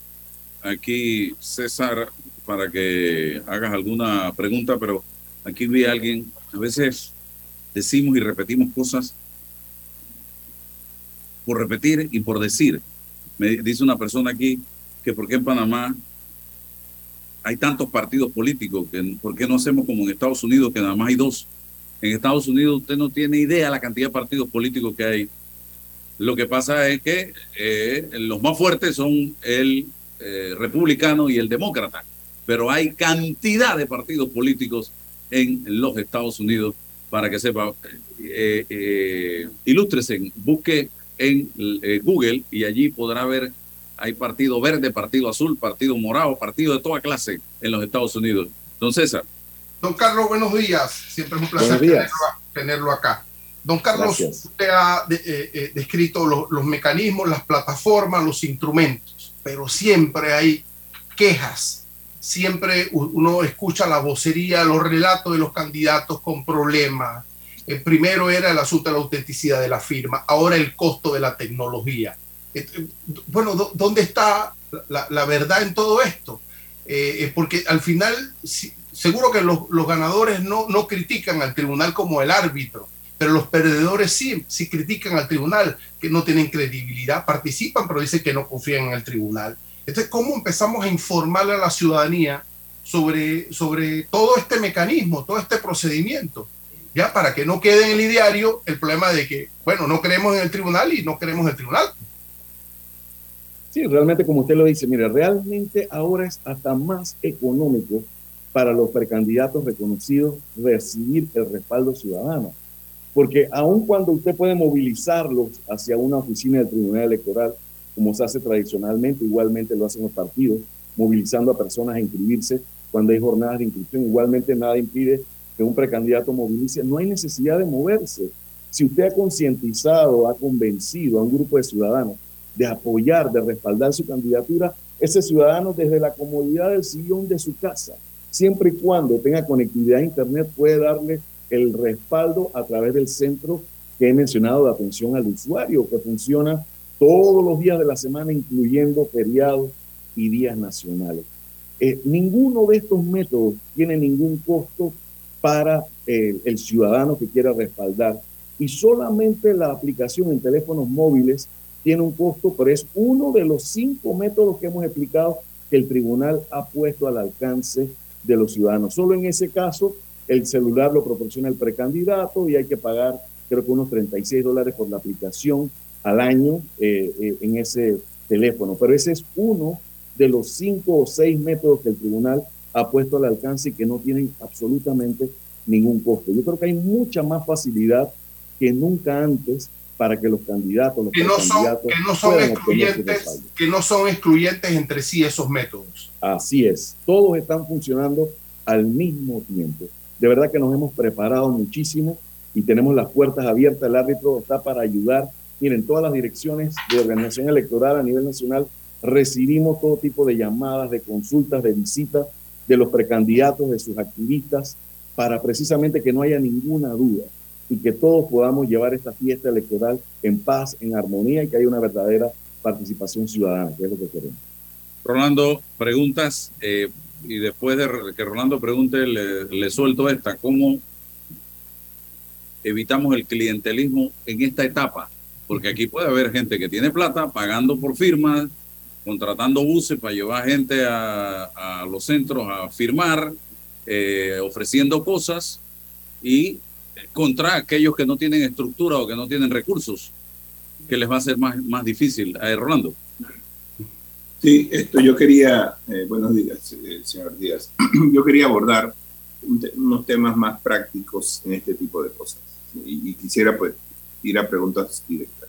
aquí, César, para que hagas alguna pregunta, pero aquí vi a alguien, a veces decimos y repetimos cosas por repetir y por decir. Me dice una persona aquí que por qué en Panamá hay tantos partidos políticos, que por qué no hacemos como en Estados Unidos, que nada más hay dos. En Estados Unidos usted no tiene idea la cantidad de partidos políticos que hay. Lo que pasa es que eh, los más fuertes son el eh, republicano y el demócrata, pero hay cantidad de partidos políticos en los Estados Unidos, para que sepa. Eh, eh, ilústrese, busque en eh, Google y allí podrá ver. Hay partido verde, partido azul, partido morado, partido de toda clase en los Estados Unidos. Don César. Don Carlos, buenos días. Siempre es un placer tenerlo, tenerlo acá. Don Carlos, Gracias. Usted ha de, eh, eh, descrito los, los mecanismos, las plataformas, los instrumentos, pero siempre hay quejas. Siempre uno escucha la vocería, los relatos de los candidatos con problemas. El primero era el asunto de la autenticidad de la firma, ahora el costo de la tecnología. Bueno, ¿dónde está la, la verdad en todo esto? Eh, porque al final, si, seguro que los, los ganadores no, no critican al tribunal como el árbitro, pero los perdedores sí, sí critican al tribunal, que no tienen credibilidad, participan, pero dicen que no confían en el tribunal. Entonces, ¿cómo empezamos a informarle a la ciudadanía sobre, sobre todo este mecanismo, todo este procedimiento? Ya, para que no quede en el ideario el problema de que, bueno, no creemos en el tribunal y no queremos el tribunal. Sí, realmente como usted lo dice, mire, realmente ahora es hasta más económico para los precandidatos reconocidos recibir el respaldo ciudadano. Porque aun cuando usted puede movilizarlos hacia una oficina del Tribunal Electoral, como se hace tradicionalmente, igualmente lo hacen los partidos, movilizando a personas a inscribirse cuando hay jornadas de inscripción, igualmente nada impide que un precandidato movilice, no hay necesidad de moverse. Si usted ha concientizado, ha convencido a un grupo de ciudadanos de apoyar, de respaldar su candidatura, ese ciudadano desde la comodidad del sillón de su casa, siempre y cuando tenga conectividad a Internet, puede darle el respaldo a través del centro que he mencionado de atención al usuario, que funciona todos los días de la semana, incluyendo feriados y días nacionales. Eh, ninguno de estos métodos tiene ningún costo para eh, el ciudadano que quiera respaldar, y solamente la aplicación en teléfonos móviles tiene un costo, pero es uno de los cinco métodos que hemos explicado que el tribunal ha puesto al alcance de los ciudadanos. Solo en ese caso, el celular lo proporciona el precandidato y hay que pagar creo que unos treinta y seis dólares por la aplicación al año eh, eh, en ese teléfono. Pero ese es uno de los cinco o seis métodos que el tribunal ha puesto al alcance y que no tienen absolutamente ningún costo. Yo creo que hay mucha más facilidad que nunca antes para que los candidatos, los que no son, que no son excluyentes, que no son excluyentes entre sí esos métodos. Así es, todos están funcionando al mismo tiempo. De verdad que nos hemos preparado muchísimo y tenemos las puertas abiertas. El árbitro está para ayudar. Miren, todas las direcciones de organización electoral a nivel nacional recibimos todo tipo de llamadas, de consultas, de visitas de los precandidatos, de sus activistas, para precisamente que no haya ninguna duda y que todos podamos llevar esta fiesta electoral en paz, en armonía y que haya una verdadera participación ciudadana, que es lo que queremos. Rolando, preguntas, eh, y después de que Rolando pregunte, le, le suelto esta. ¿Cómo evitamos el clientelismo en esta etapa? Porque aquí puede haber gente que tiene plata pagando por firmas, contratando buses para llevar gente a, a los centros a firmar, eh, ofreciendo cosas, y contra aquellos que no tienen estructura o que no tienen recursos, que les va a ser más, más difícil. Eh, Rolando. Sí, esto yo quería, eh, buenos días, eh, señor Díaz, yo quería abordar un te unos temas más prácticos en este tipo de cosas, y, y quisiera pues ir a preguntas directas.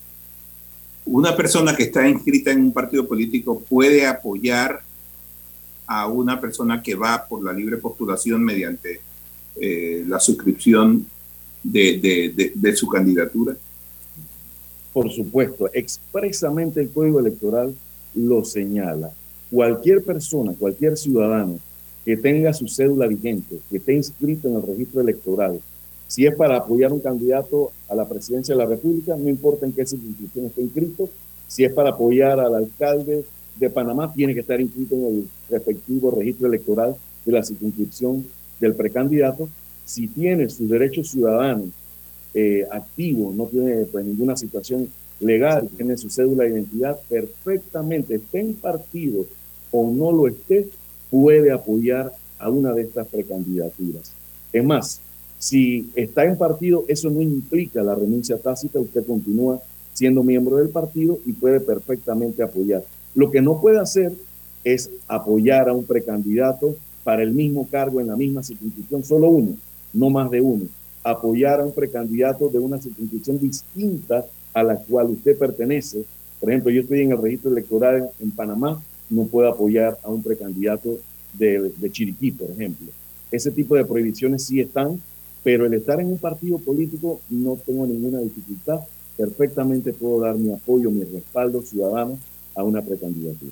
Una persona que está inscrita en un partido político puede apoyar a una persona que va por la libre postulación mediante eh, la suscripción de, de, de, de su candidatura. Por supuesto, expresamente el Código Electoral lo señala. Cualquier persona, cualquier ciudadano que tenga su cédula vigente, que esté inscrito en el registro electoral, si es para apoyar a un candidato a la presidencia de la República, no importa en qué circunscripción esté inscrito. Si es para apoyar al alcalde de Panamá, tiene que estar inscrito en el respectivo registro electoral de la circunscripción del precandidato. Si tiene sus derechos ciudadanos eh, activos, no tiene pues, ninguna situación legal, tiene su cédula de identidad, perfectamente, esté en partido o no lo esté, puede apoyar a una de estas precandidaturas. Es más, si está en partido, eso no implica la renuncia tácita, usted continúa siendo miembro del partido y puede perfectamente apoyar. Lo que no puede hacer es apoyar a un precandidato para el mismo cargo en la misma circunscripción, solo uno, no más de uno. Apoyar a un precandidato de una circunscripción distinta a la cual usted pertenece. Por ejemplo, yo estoy en el registro electoral en Panamá, no puedo apoyar a un precandidato de, de Chiriquí, por ejemplo. Ese tipo de prohibiciones sí están, pero el estar en un partido político no tengo ninguna dificultad. Perfectamente puedo dar mi apoyo, mi respaldo ciudadano a una precandidatura.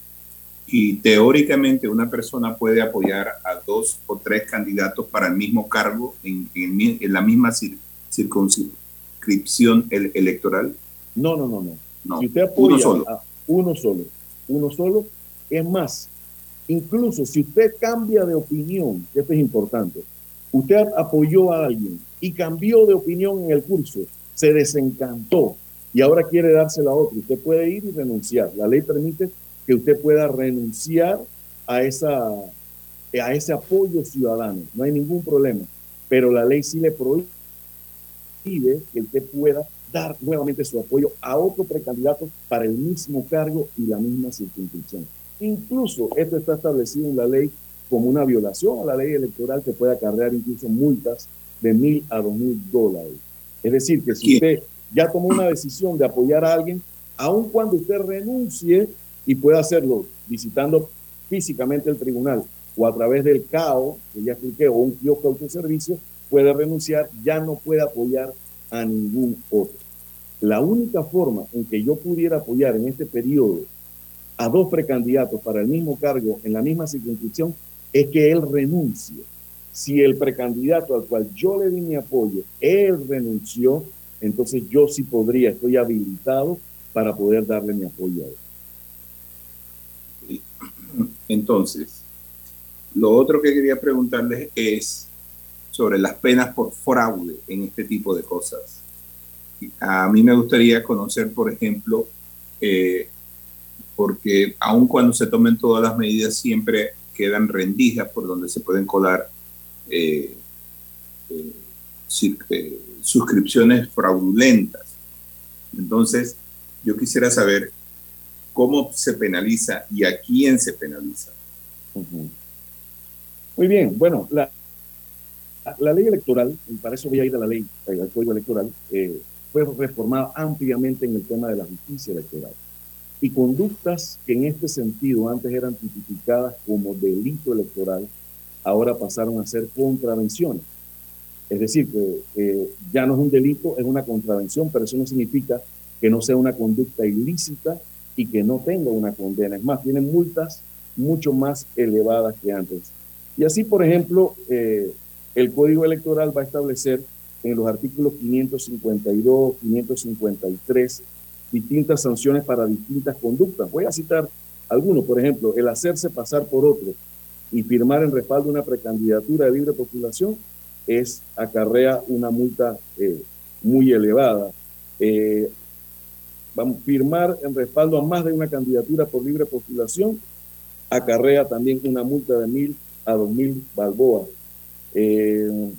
Y teóricamente una persona puede apoyar a dos o tres candidatos para el mismo cargo en, en, en la misma cir circunscripción el, electoral. No, no, no, no. no. Si usted apoya uno solo. a uno solo, uno solo, es más, incluso si usted cambia de opinión, esto es importante, usted apoyó a alguien y cambió de opinión en el curso, se desencantó y ahora quiere dársela a otro, usted puede ir y renunciar. La ley permite que usted pueda renunciar a, esa, a ese apoyo ciudadano, no hay ningún problema, pero la ley sí le prohíbe que usted pueda dar nuevamente su apoyo a otro precandidato para el mismo cargo y la misma circunscripción. Incluso esto está establecido en la ley como una violación a la ley electoral que puede acarrear incluso multas de mil a dos mil dólares. Es decir, que si usted ya tomó una decisión de apoyar a alguien, aun cuando usted renuncie, y puede hacerlo visitando físicamente el tribunal o a través del C A O, que ya expliqué, o un kiosco de autoservicio, puede renunciar, ya no puede apoyar a ningún otro. La única forma en que yo pudiera apoyar en este periodo a dos precandidatos para el mismo cargo en la misma circunscripción es que él renuncie. Si el precandidato al cual yo le di mi apoyo, él renunció, entonces yo sí podría, estoy habilitado para poder darle mi apoyo a él. Entonces, lo otro que quería preguntarles es sobre las penas por fraude en este tipo de cosas. A mí me gustaría conocer, por ejemplo, eh, porque aun cuando se tomen todas las medidas, siempre quedan rendijas por donde se pueden colar eh, eh, suscripciones fraudulentas. Entonces, yo quisiera saber cómo se penaliza y a quién se penaliza. Uh-huh. Muy bien, bueno, la, la ley electoral, y para eso voy a ir a la ley, al Código Electoral, eh, fue reformada ampliamente en el tema de la justicia electoral. Y conductas que en este sentido antes eran tipificadas como delito electoral, ahora pasaron a ser contravenciones. Es decir, que eh, ya no es un delito, es una contravención, pero eso no significa que no sea una conducta ilícita y que no tenga una condena. Es más, tienen multas mucho más elevadas que antes. Y así, por ejemplo, eh, el Código Electoral va a establecer en los artículos quinientos cincuenta y dos, quinientos cincuenta y tres, distintas sanciones para distintas conductas. Voy a citar algunos, por ejemplo, el hacerse pasar por otro y firmar en respaldo de una precandidatura de libre postulación es acarrea una multa eh, muy elevada. Eh, vamos, firmar en respaldo a más de una candidatura por libre postulación acarrea también una multa de mil a dos mil balboas. Eh,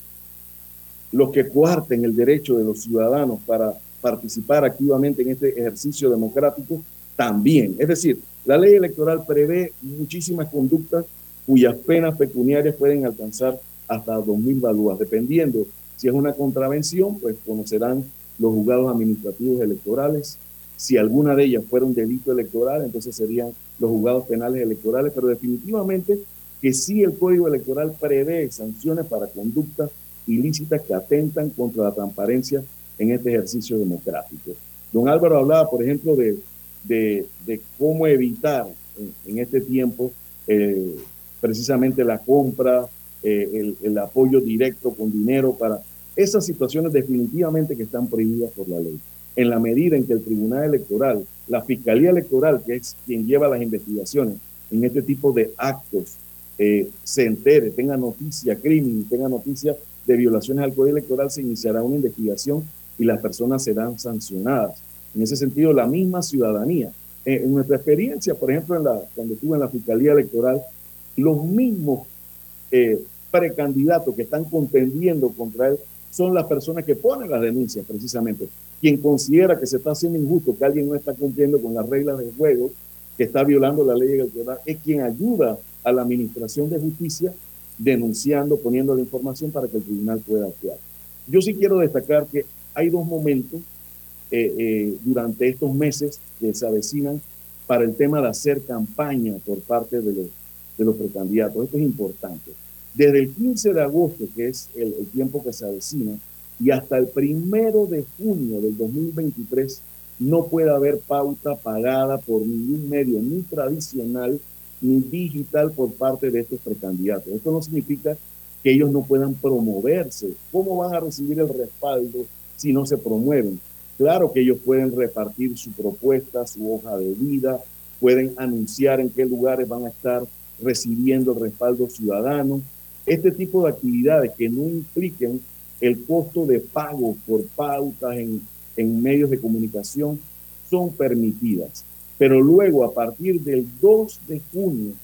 los que coarten el derecho de los ciudadanos para participar activamente en este ejercicio democrático también. Es decir, la ley electoral prevé muchísimas conductas cuyas penas pecuniarias pueden alcanzar hasta dos mil balboas. Dependiendo si es una contravención, pues conocerán los juzgados administrativos electorales. Si alguna de ellas fuera un delito electoral, entonces serían los juzgados penales electorales, pero definitivamente que sí el Código Electoral prevé sanciones para conductas ilícitas que atentan contra la transparencia en este ejercicio democrático. Don Álvaro hablaba, por ejemplo, de, de, de cómo evitar en, en este tiempo eh, precisamente la compra, eh, el, el apoyo directo con dinero para esas situaciones definitivamente que están prohibidas por la ley. En la medida en que el Tribunal Electoral, la Fiscalía Electoral, que es quien lleva las investigaciones en este tipo de actos, eh, se entere, tenga noticia, crimen, tenga noticia de violaciones al Código Electoral, se iniciará una investigación y las personas serán sancionadas. En ese sentido, la misma ciudadanía. Eh, en nuestra experiencia, por ejemplo, en la, cuando estuve en la Fiscalía Electoral, los mismos eh, precandidatos que están contendiendo contra él son las personas que ponen las denuncias, precisamente. Quien considera que se está haciendo injusto, que alguien no está cumpliendo con las reglas del juego, que está violando la ley electoral, es quien ayuda a la Administración de Justicia denunciando, poniendo la información para que el tribunal pueda actuar. Yo sí quiero destacar que hay dos momentos eh, eh, durante estos meses que se avecinan para el tema de hacer campaña por parte de los, de los precandidatos. Esto es importante. Desde el quince de agosto, que es el, el tiempo que se avecina, y hasta el primero de junio del dos mil veintitrés, no puede haber pauta pagada por ningún medio, ni tradicional, ni digital por parte de estos precandidatos. Esto no significa que ellos no puedan promoverse. ¿Cómo van a recibir el respaldo si no se promueven? Claro que ellos pueden repartir su propuesta, su hoja de vida, pueden anunciar en qué lugares van a estar recibiendo el respaldo ciudadano. Este tipo de actividades que no impliquen el costo de pago por pautas en, en medios de comunicación son permitidas. Pero luego, a partir del dos de junio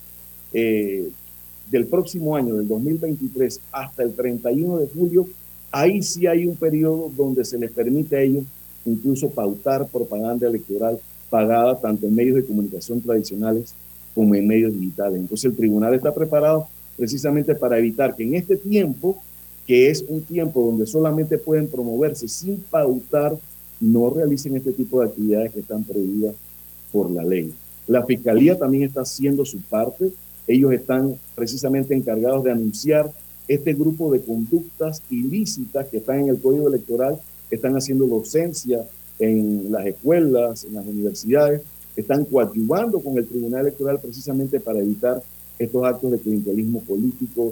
eh, del próximo año, del dos mil veintitrés, hasta el treinta y uno de julio, ahí sí hay un periodo donde se les permite a ellos incluso pautar propaganda electoral pagada tanto en medios de comunicación tradicionales como en medios digitales. Entonces el tribunal está preparado precisamente para evitar que en este tiempo, que es un tiempo donde solamente pueden promoverse sin pautar, no realicen este tipo de actividades que están prohibidas por la ley. La Fiscalía también está haciendo su parte. Ellos están precisamente encargados de anunciar este grupo de conductas ilícitas que están en el Código Electoral, están haciendo docencia en las escuelas, en las universidades, están coadyuvando con el Tribunal Electoral precisamente para evitar estos actos de clientelismo político,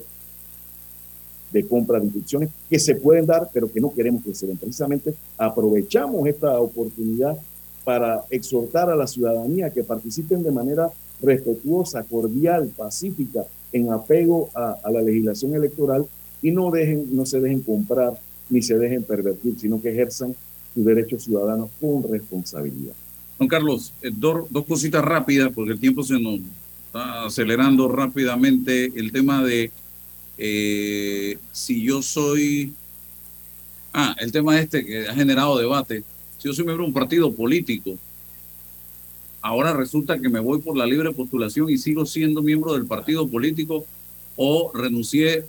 de compra de inscripciones, que se pueden dar, pero que no queremos que se den. Precisamente aprovechamos esta oportunidad para exhortar a la ciudadanía que participen de manera respetuosa, cordial, pacífica, en apego a, a la legislación electoral y no, dejen, no se dejen comprar ni se dejen pervertir, sino que ejerzan sus derechos ciudadanos con responsabilidad. Don Carlos, eh, do, dos cositas rápidas, porque el tiempo se nos está acelerando rápidamente. El tema de eh, si yo soy Ah, el tema este que ha generado debate. Si yo soy miembro de un partido político, ahora resulta que me voy por la libre postulación y sigo siendo miembro del partido político, o renuncié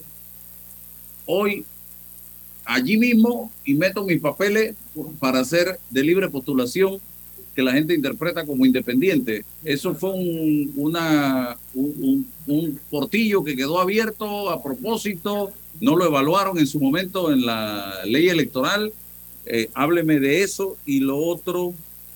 hoy allí mismo y meto mis papeles para ser de libre postulación, que la gente interpreta como independiente. Eso fue un, una, un, un, un portillo que quedó abierto a propósito, no lo evaluaron en su momento en la ley electoral. Eh, hábleme de eso. Y lo otro,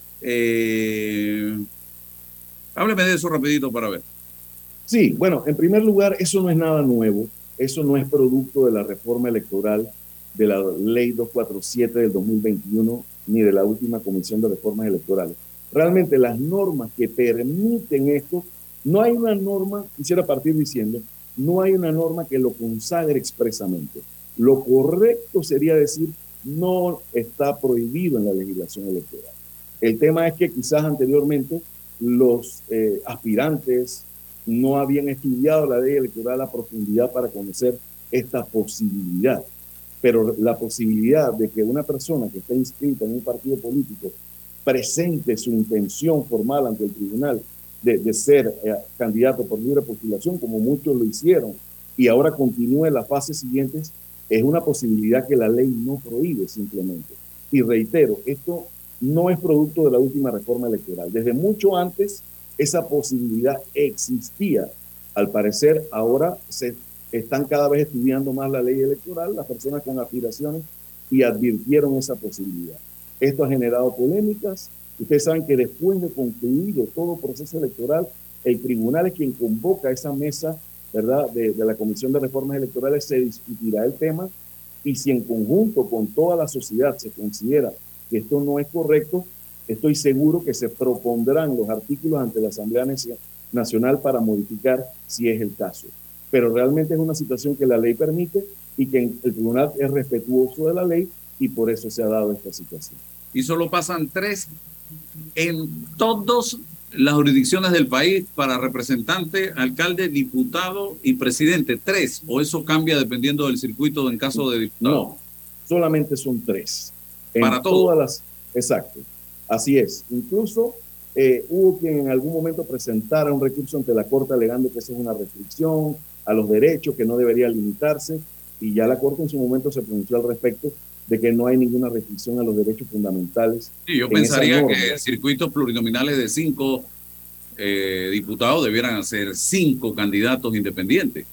eh, hábleme de eso rapidito para ver. Sí, bueno, en primer lugar, eso no es nada nuevo, eso no es producto de la reforma electoral de la ley doscientos cuarenta y siete del dos mil veintiuno, ni de la última comisión de reformas electorales. Realmente las normas que permiten esto, no hay una norma, quisiera partir diciendo, no hay una norma que lo consagre expresamente. Lo correcto sería decir, no está prohibido en la legislación electoral. El tema es que quizás anteriormente los eh, aspirantes no habían estudiado la ley electoral a profundidad para conocer esta posibilidad. Pero la posibilidad de que una persona que está inscrita en un partido político presente su intención formal ante el tribunal de, de ser eh, candidato por libre postulación, como muchos lo hicieron, y ahora continúe en las fases siguientes, es una posibilidad que la ley no prohíbe simplemente. Y reitero, esto no es producto de la última reforma electoral. Desde mucho antes, esa posibilidad existía. Al parecer, ahora se están cada vez estudiando más la ley electoral, las personas con aspiraciones, y advirtieron esa posibilidad. Esto ha generado polémicas. Ustedes saben que después de concluido todo proceso electoral, el tribunal es quien convoca a esa mesa, ¿verdad?, de, de la Comisión de Reformas Electorales, se discutirá el tema, y si en conjunto con toda la sociedad se considera que esto no es correcto, estoy seguro que se propondrán los artículos ante la Asamblea Nacional para modificar si es el caso. Pero realmente es una situación que la ley permite y que el tribunal es respetuoso de la ley, y por eso se ha dado esta situación. Y solo pasan tres en todas las jurisdicciones del país para representante, alcalde, diputado y presidente. Tres, o eso cambia dependiendo del circuito en caso de diputado. No, solamente son tres. Para en todas todas las, exacto, así es. Incluso eh, hubo quien en algún momento presentara un recurso ante la Corte alegando que eso es una restricción a los derechos, que no debería limitarse, y ya la Corte en su momento se pronunció al respecto de que no hay ninguna restricción a los derechos fundamentales. Sí, yo pensaría que circuitos plurinominales de cinco eh, diputados debieran ser cinco candidatos independientes.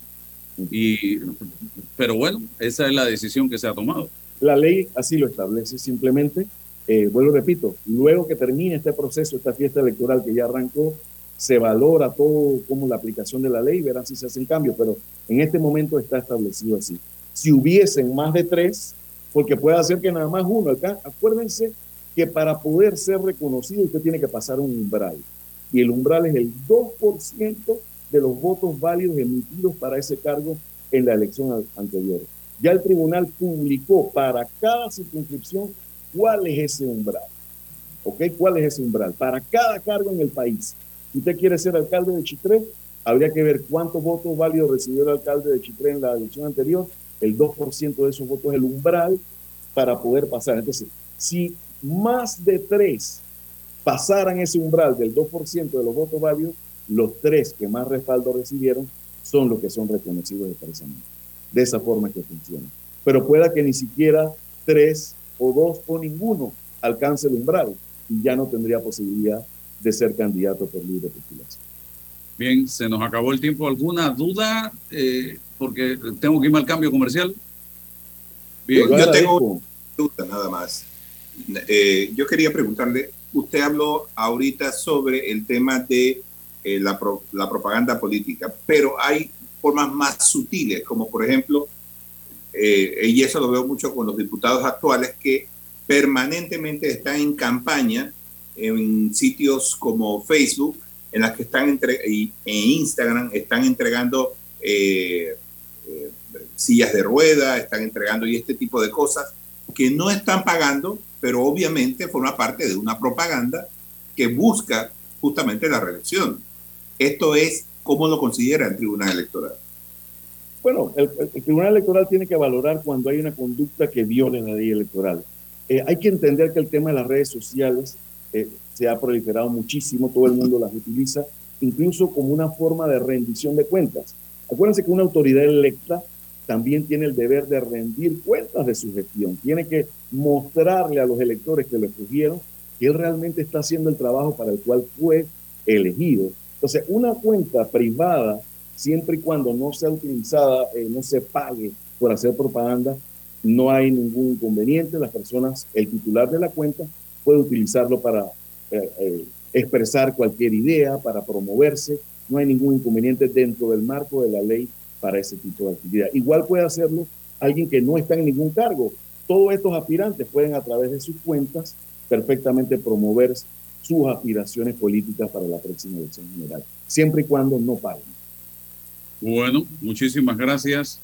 Y, pero bueno, esa es la decisión que se ha tomado. La ley así lo establece simplemente. Eh, vuelvo, repito, luego que termine este proceso, esta fiesta electoral que ya arrancó, se valora todo como la aplicación de la ley, verán si se hacen cambios, pero en este momento está establecido así. Si hubiesen más de tres, porque puede ser que nada más uno, acá, acuérdense que para poder ser reconocido usted tiene que pasar un umbral, y el umbral es el dos por ciento de los votos válidos emitidos para ese cargo en la elección anterior. Ya el tribunal publicó para cada circunscripción cuál es ese umbral, ¿ok? ¿Cuál es ese umbral? Para cada cargo en el país. Si usted quiere ser alcalde de Chitré, habría que ver cuántos votos válidos recibió el alcalde de Chitré en la elección anterior. El dos por ciento de esos votos es el umbral para poder pasar. Entonces, si más de tres pasaran ese umbral del dos por ciento de los votos válidos, los tres que más respaldo recibieron son los que son reconocidos expresamente. De esa forma que funciona. Pero pueda que ni siquiera tres o dos o ninguno alcance el umbral y ya no tendría posibilidad de ser candidato por libre postulación. Bien, se nos acabó el tiempo. ¿Alguna duda? Eh, porque tengo que irme al cambio comercial. Bien, yo, yo tengo una duda nada más. Eh, yo quería preguntarle, usted habló ahorita sobre el tema de eh, la, pro, la propaganda política, pero hay formas más sutiles, como por ejemplo, eh, y eso lo veo mucho con los diputados actuales que permanentemente están en campaña en sitios como Facebook, en las que están entre, y, en Instagram están entregando eh, eh, sillas de rueda, están entregando y este tipo de cosas que no están pagando, pero obviamente forma parte de una propaganda que busca justamente la reelección. Esto es, ¿cómo lo considera el Tribunal Electoral? Bueno, el, el Tribunal Electoral tiene que valorar cuando hay una conducta que viole la ley electoral. Eh, hay que entender que el tema de las redes sociales eh, se ha proliferado muchísimo, todo el mundo las utiliza, incluso como una forma de rendición de cuentas. Acuérdense que una autoridad electa también tiene el deber de rendir cuentas de su gestión. Tiene que mostrarle a los electores que lo escogieron que él realmente está haciendo el trabajo para el cual fue elegido. Entonces, una cuenta privada, siempre y cuando no sea utilizada, eh, no se pague por hacer propaganda, no hay ningún inconveniente. Las personas, el titular de la cuenta puede utilizarlo para eh, eh, expresar cualquier idea, para promoverse. No hay ningún inconveniente dentro del marco de la ley para ese tipo de actividad. Igual puede hacerlo alguien que no está en ningún cargo. Todos estos aspirantes pueden a través de sus cuentas perfectamente promover sus aspiraciones políticas para la próxima elección general, siempre y cuando no paguen. Bueno, muchísimas gracias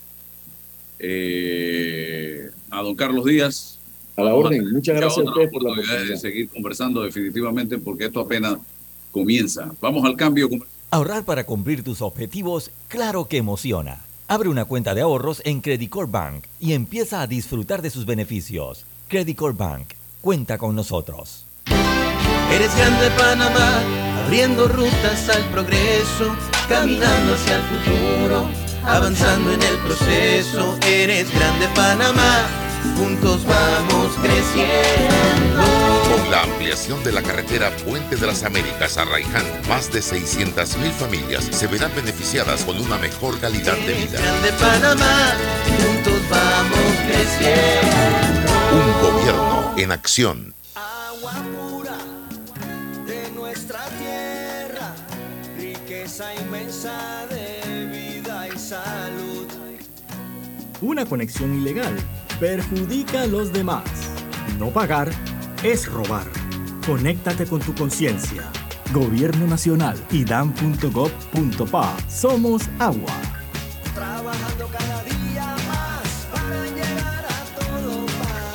eh, a don Carlos Díaz. A la orden. A Muchas gracias a ustedes por la oportunidad de seguir conversando definitivamente, porque esto apenas comienza. Vamos al cambio. Ahorrar para cumplir tus objetivos, claro que emociona. Abre una cuenta de ahorros en Credit Corp Bank y empieza a disfrutar de sus beneficios. Credit Corp Bank, cuenta con nosotros. Eres grande Panamá, abriendo rutas al progreso, caminando hacia el futuro, avanzando en el proceso. Eres grande Panamá, juntos vamos creciendo. Con la ampliación de la carretera Puente de las Américas a Raiján, más de seiscientas mil familias se verán beneficiadas con una mejor calidad de vida. Grande Panamá, juntos vamos creciendo. Un gobierno en acción. Agua pura de nuestra tierra, riqueza inmensa de vida y salud. Una conexión ilegal perjudica a los demás. No pagar es robar. Conéctate con tu conciencia. Gobierno Nacional y D A M punto gov punto pa. Somos agua. Trabajando cada día más para llegar a todo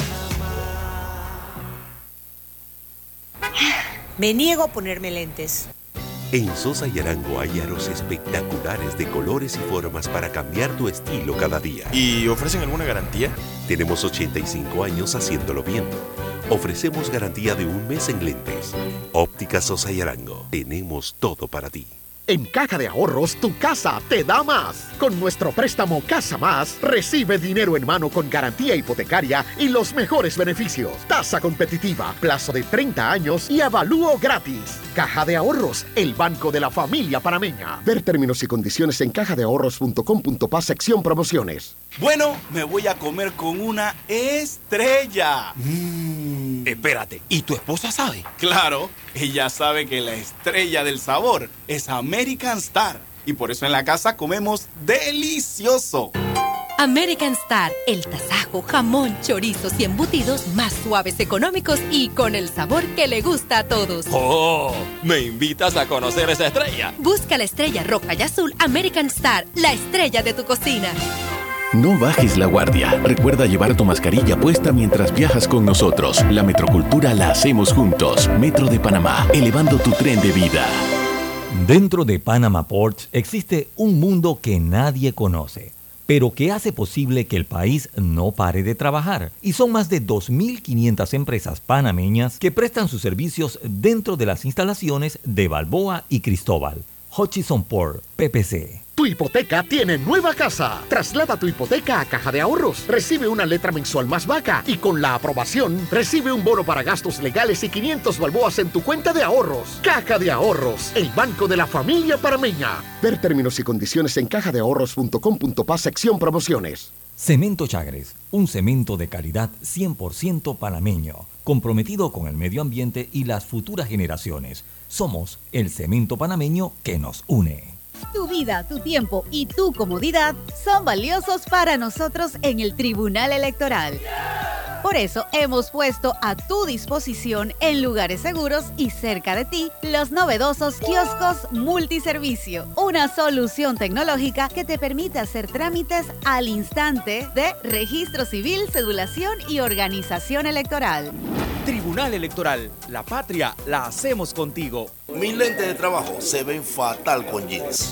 Panamá. Me niego a ponerme lentes. En Sosa y Arango hay aros espectaculares de colores y formas para cambiar tu estilo cada día. ¿Y ofrecen alguna garantía? Tenemos ochenta y cinco años haciéndolo bien. Ofrecemos garantía de un mes en lentes. Óptica Sosa y Arango. Tenemos todo para ti. En Caja de Ahorros, tu casa te da más. Con nuestro préstamo Casa Más, recibe dinero en mano con garantía hipotecaria y los mejores beneficios. Tasa competitiva, plazo de treinta años y avalúo gratis. Caja de Ahorros, el banco de la familia panameña. Ver términos y condiciones en caja de ahorros punto com punto pa, sección promociones. Bueno, me voy a comer con una estrella. Mmm. Espérate, ¿y tu esposa sabe? Claro, ella sabe que la estrella del sabor es American Star. Y por eso en la casa comemos delicioso. American Star, el tasajo, jamón, chorizos y embutidos más suaves, económicos y con el sabor que le gusta a todos. ¡Oh! ¿Me invitas a conocer esa estrella? Busca la estrella roja y azul American Star, la estrella de tu cocina. No bajes la guardia. Recuerda llevar tu mascarilla puesta mientras viajas con nosotros. La metrocultura la hacemos juntos. Metro de Panamá, elevando tu tren de vida. Dentro de Panama Ports existe un mundo que nadie conoce, pero que hace posible que el país no pare de trabajar. Y son más de dos mil quinientas empresas panameñas que prestan sus servicios dentro de las instalaciones de Balboa y Cristóbal. Hutchison Port, P P C. Tu hipoteca tiene nueva casa. Traslada tu hipoteca a Caja de Ahorros. Recibe una letra mensual más baja y con la aprobación recibe un bono para gastos legales y quinientos balboas en tu cuenta de ahorros. Caja de Ahorros, el banco de la familia panameña. Ver términos y condiciones en caja de ahorros punto com punto pa, sección promociones. Cemento Chagres, un cemento de calidad cien por ciento panameño, comprometido con el medio ambiente y las futuras generaciones. Somos el cemento panameño que nos une. Tu vida, tu tiempo y tu comodidad son valiosos para nosotros en el Tribunal Electoral. Por eso hemos puesto a tu disposición en lugares seguros y cerca de ti los novedosos kioscos multiservicio, una solución tecnológica que te permite hacer trámites al instante de registro civil, cedulación y organización electoral. Tribunal Electoral, la patria la hacemos contigo. Mis lentes de trabajo se ven fatal con jeans.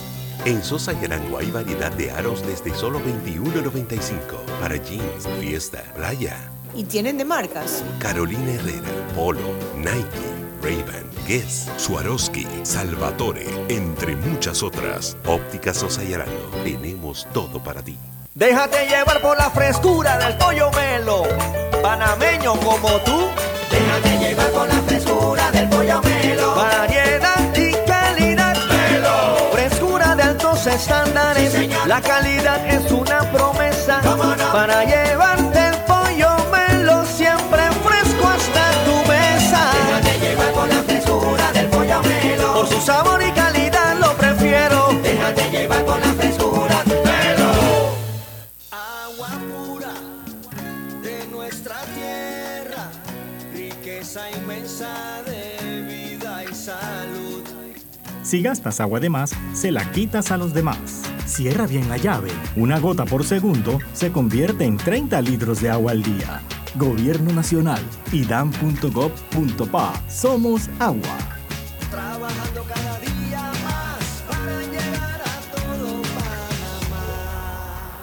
En Sosa y Arango hay variedad de aros desde solo veintiuno noventa y cinco para jeans, fiesta, playa. ¿Y tienen de marcas? Carolina Herrera, Polo, Nike, Ray-Ban, Guess, Swarovski, Salvatore, entre muchas otras. Óptica Sosa y Arango. Tenemos todo para ti. Déjate llevar por la frescura del pollo Melo, panameño como tú. Déjate llevar por la frescura del pollo Melo. Variedad y calidad. Melo. Frescura de altos estándares. Sí, la calidad es una promesa. No? Para llevarte el pollo Melo siempre fresco hasta tu mesa. Déjate llevar por la frescura del pollo Melo. Por su sabor y calidad lo prefiero. Déjate llevar por la frescura Melo. Agua pura de nuestra tierra, riqueza inmensa de vida y salud. Si gastas agua de más, se la quitas a los demás. Cierra bien la llave. Una gota por segundo se convierte en treinta litros de agua al día. Gobierno Nacional, I D A M punto gov punto pa. Somos agua. Trabajando cada día más para llegar a todo Panamá.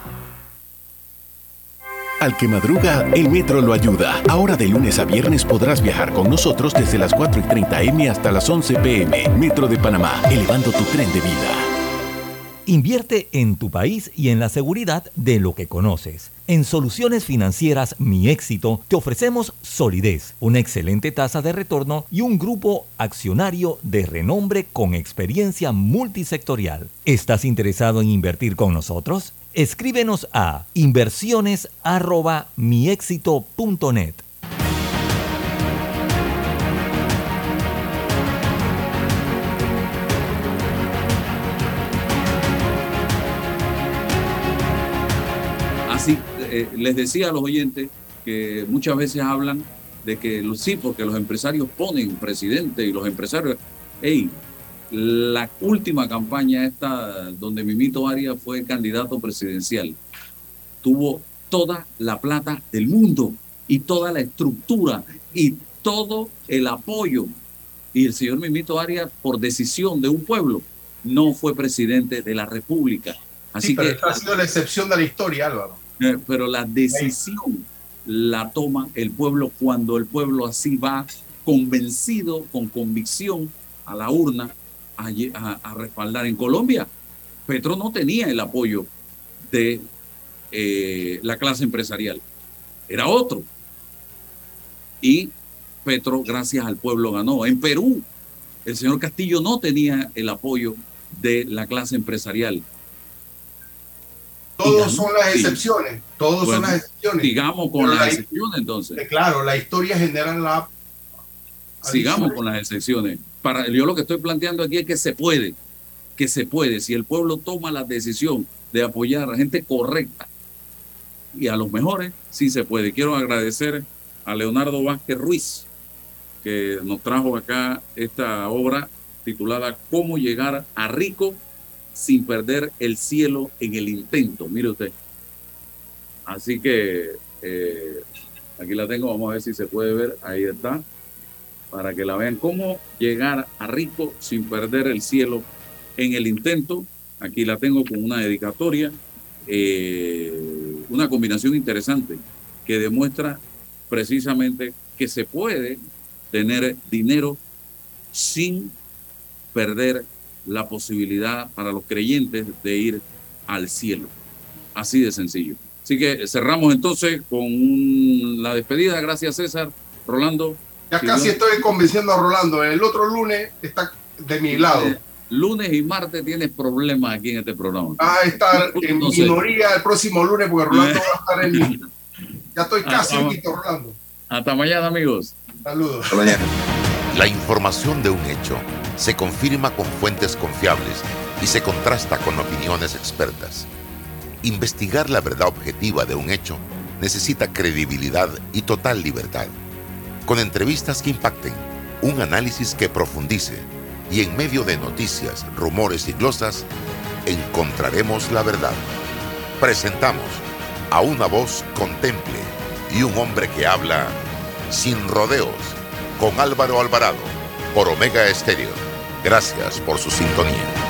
Al que madruga, el metro lo ayuda. Ahora de lunes a viernes podrás viajar con nosotros desde las cuatro y treinta eme hasta las once pe eme. Metro de Panamá, elevando tu tren de vida. Invierte en tu país y en la seguridad de lo que conoces. En Soluciones Financieras Mi Éxito te ofrecemos solidez, una excelente tasa de retorno y un grupo accionario de renombre con experiencia multisectorial. ¿Estás interesado en invertir con nosotros? Escríbenos a inversiones arroba mi éxito punto net. Así, eh, les decía a los oyentes que muchas veces hablan de que los, sí, porque los empresarios ponen presidente y los empresarios... Hey, la última campaña esta donde Mimito Arias fue candidato presidencial tuvo toda la plata del mundo y toda la estructura y todo el apoyo, y el señor Mimito Arias, por decisión de un pueblo, no fue presidente de la República. Así sí, pero que esta ha sido la excepción de la historia, Álvaro. eh, pero la decisión la toma el pueblo cuando el pueblo así va convencido, con convicción, a la urna A, a, a respaldar. En Colombia, Petro no tenía el apoyo de eh, la clase empresarial, era otro, y Petro gracias al pueblo ganó. En Perú, el señor Castillo no tenía el apoyo de la clase empresarial. Todos son las excepciones, todos bueno, son las excepciones. Sigamos con Pero las la, excepciones entonces. Claro, la historia genera la... Sigamos con las excepciones. Para, yo lo que estoy planteando aquí es que se puede, que se puede, si el pueblo toma la decisión de apoyar a gente correcta y a los mejores, sí se puede. Quiero agradecer a Leonardo Vázquez Ruiz, que nos trajo acá esta obra titulada Cómo llegar a rico sin perder el cielo en el intento. Mire usted. Así que eh, aquí la tengo, vamos a ver si se puede ver, ahí está, para que la vean. Cómo llegar a rico sin perder el cielo en el intento. Aquí la tengo con una dedicatoria, eh, una combinación interesante que demuestra precisamente que se puede tener dinero sin perder la posibilidad para los creyentes de ir al cielo. Así de sencillo. Así que cerramos entonces con un, la despedida. Gracias, César. Rolando. Ya casi estoy convenciendo a Rolando. El otro lunes está de mi lado. Lunes y martes tienes problemas aquí en este programa. Va a estar en no minoría sé. el próximo lunes porque Rolando va a estar en... Ya estoy casi listo, Rolando. Hasta mañana, amigos. Saludos. Hasta mañana. La información de un hecho se confirma con fuentes confiables y se contrasta con opiniones expertas. Investigar la verdad objetiva de un hecho necesita credibilidad y total libertad. Con entrevistas que impacten, un análisis que profundice y en medio de noticias, rumores y glosas, encontraremos la verdad. Presentamos a una voz contemple y un hombre que habla sin rodeos, con Álvaro Alvarado, por Omega Estéreo. Gracias por su sintonía.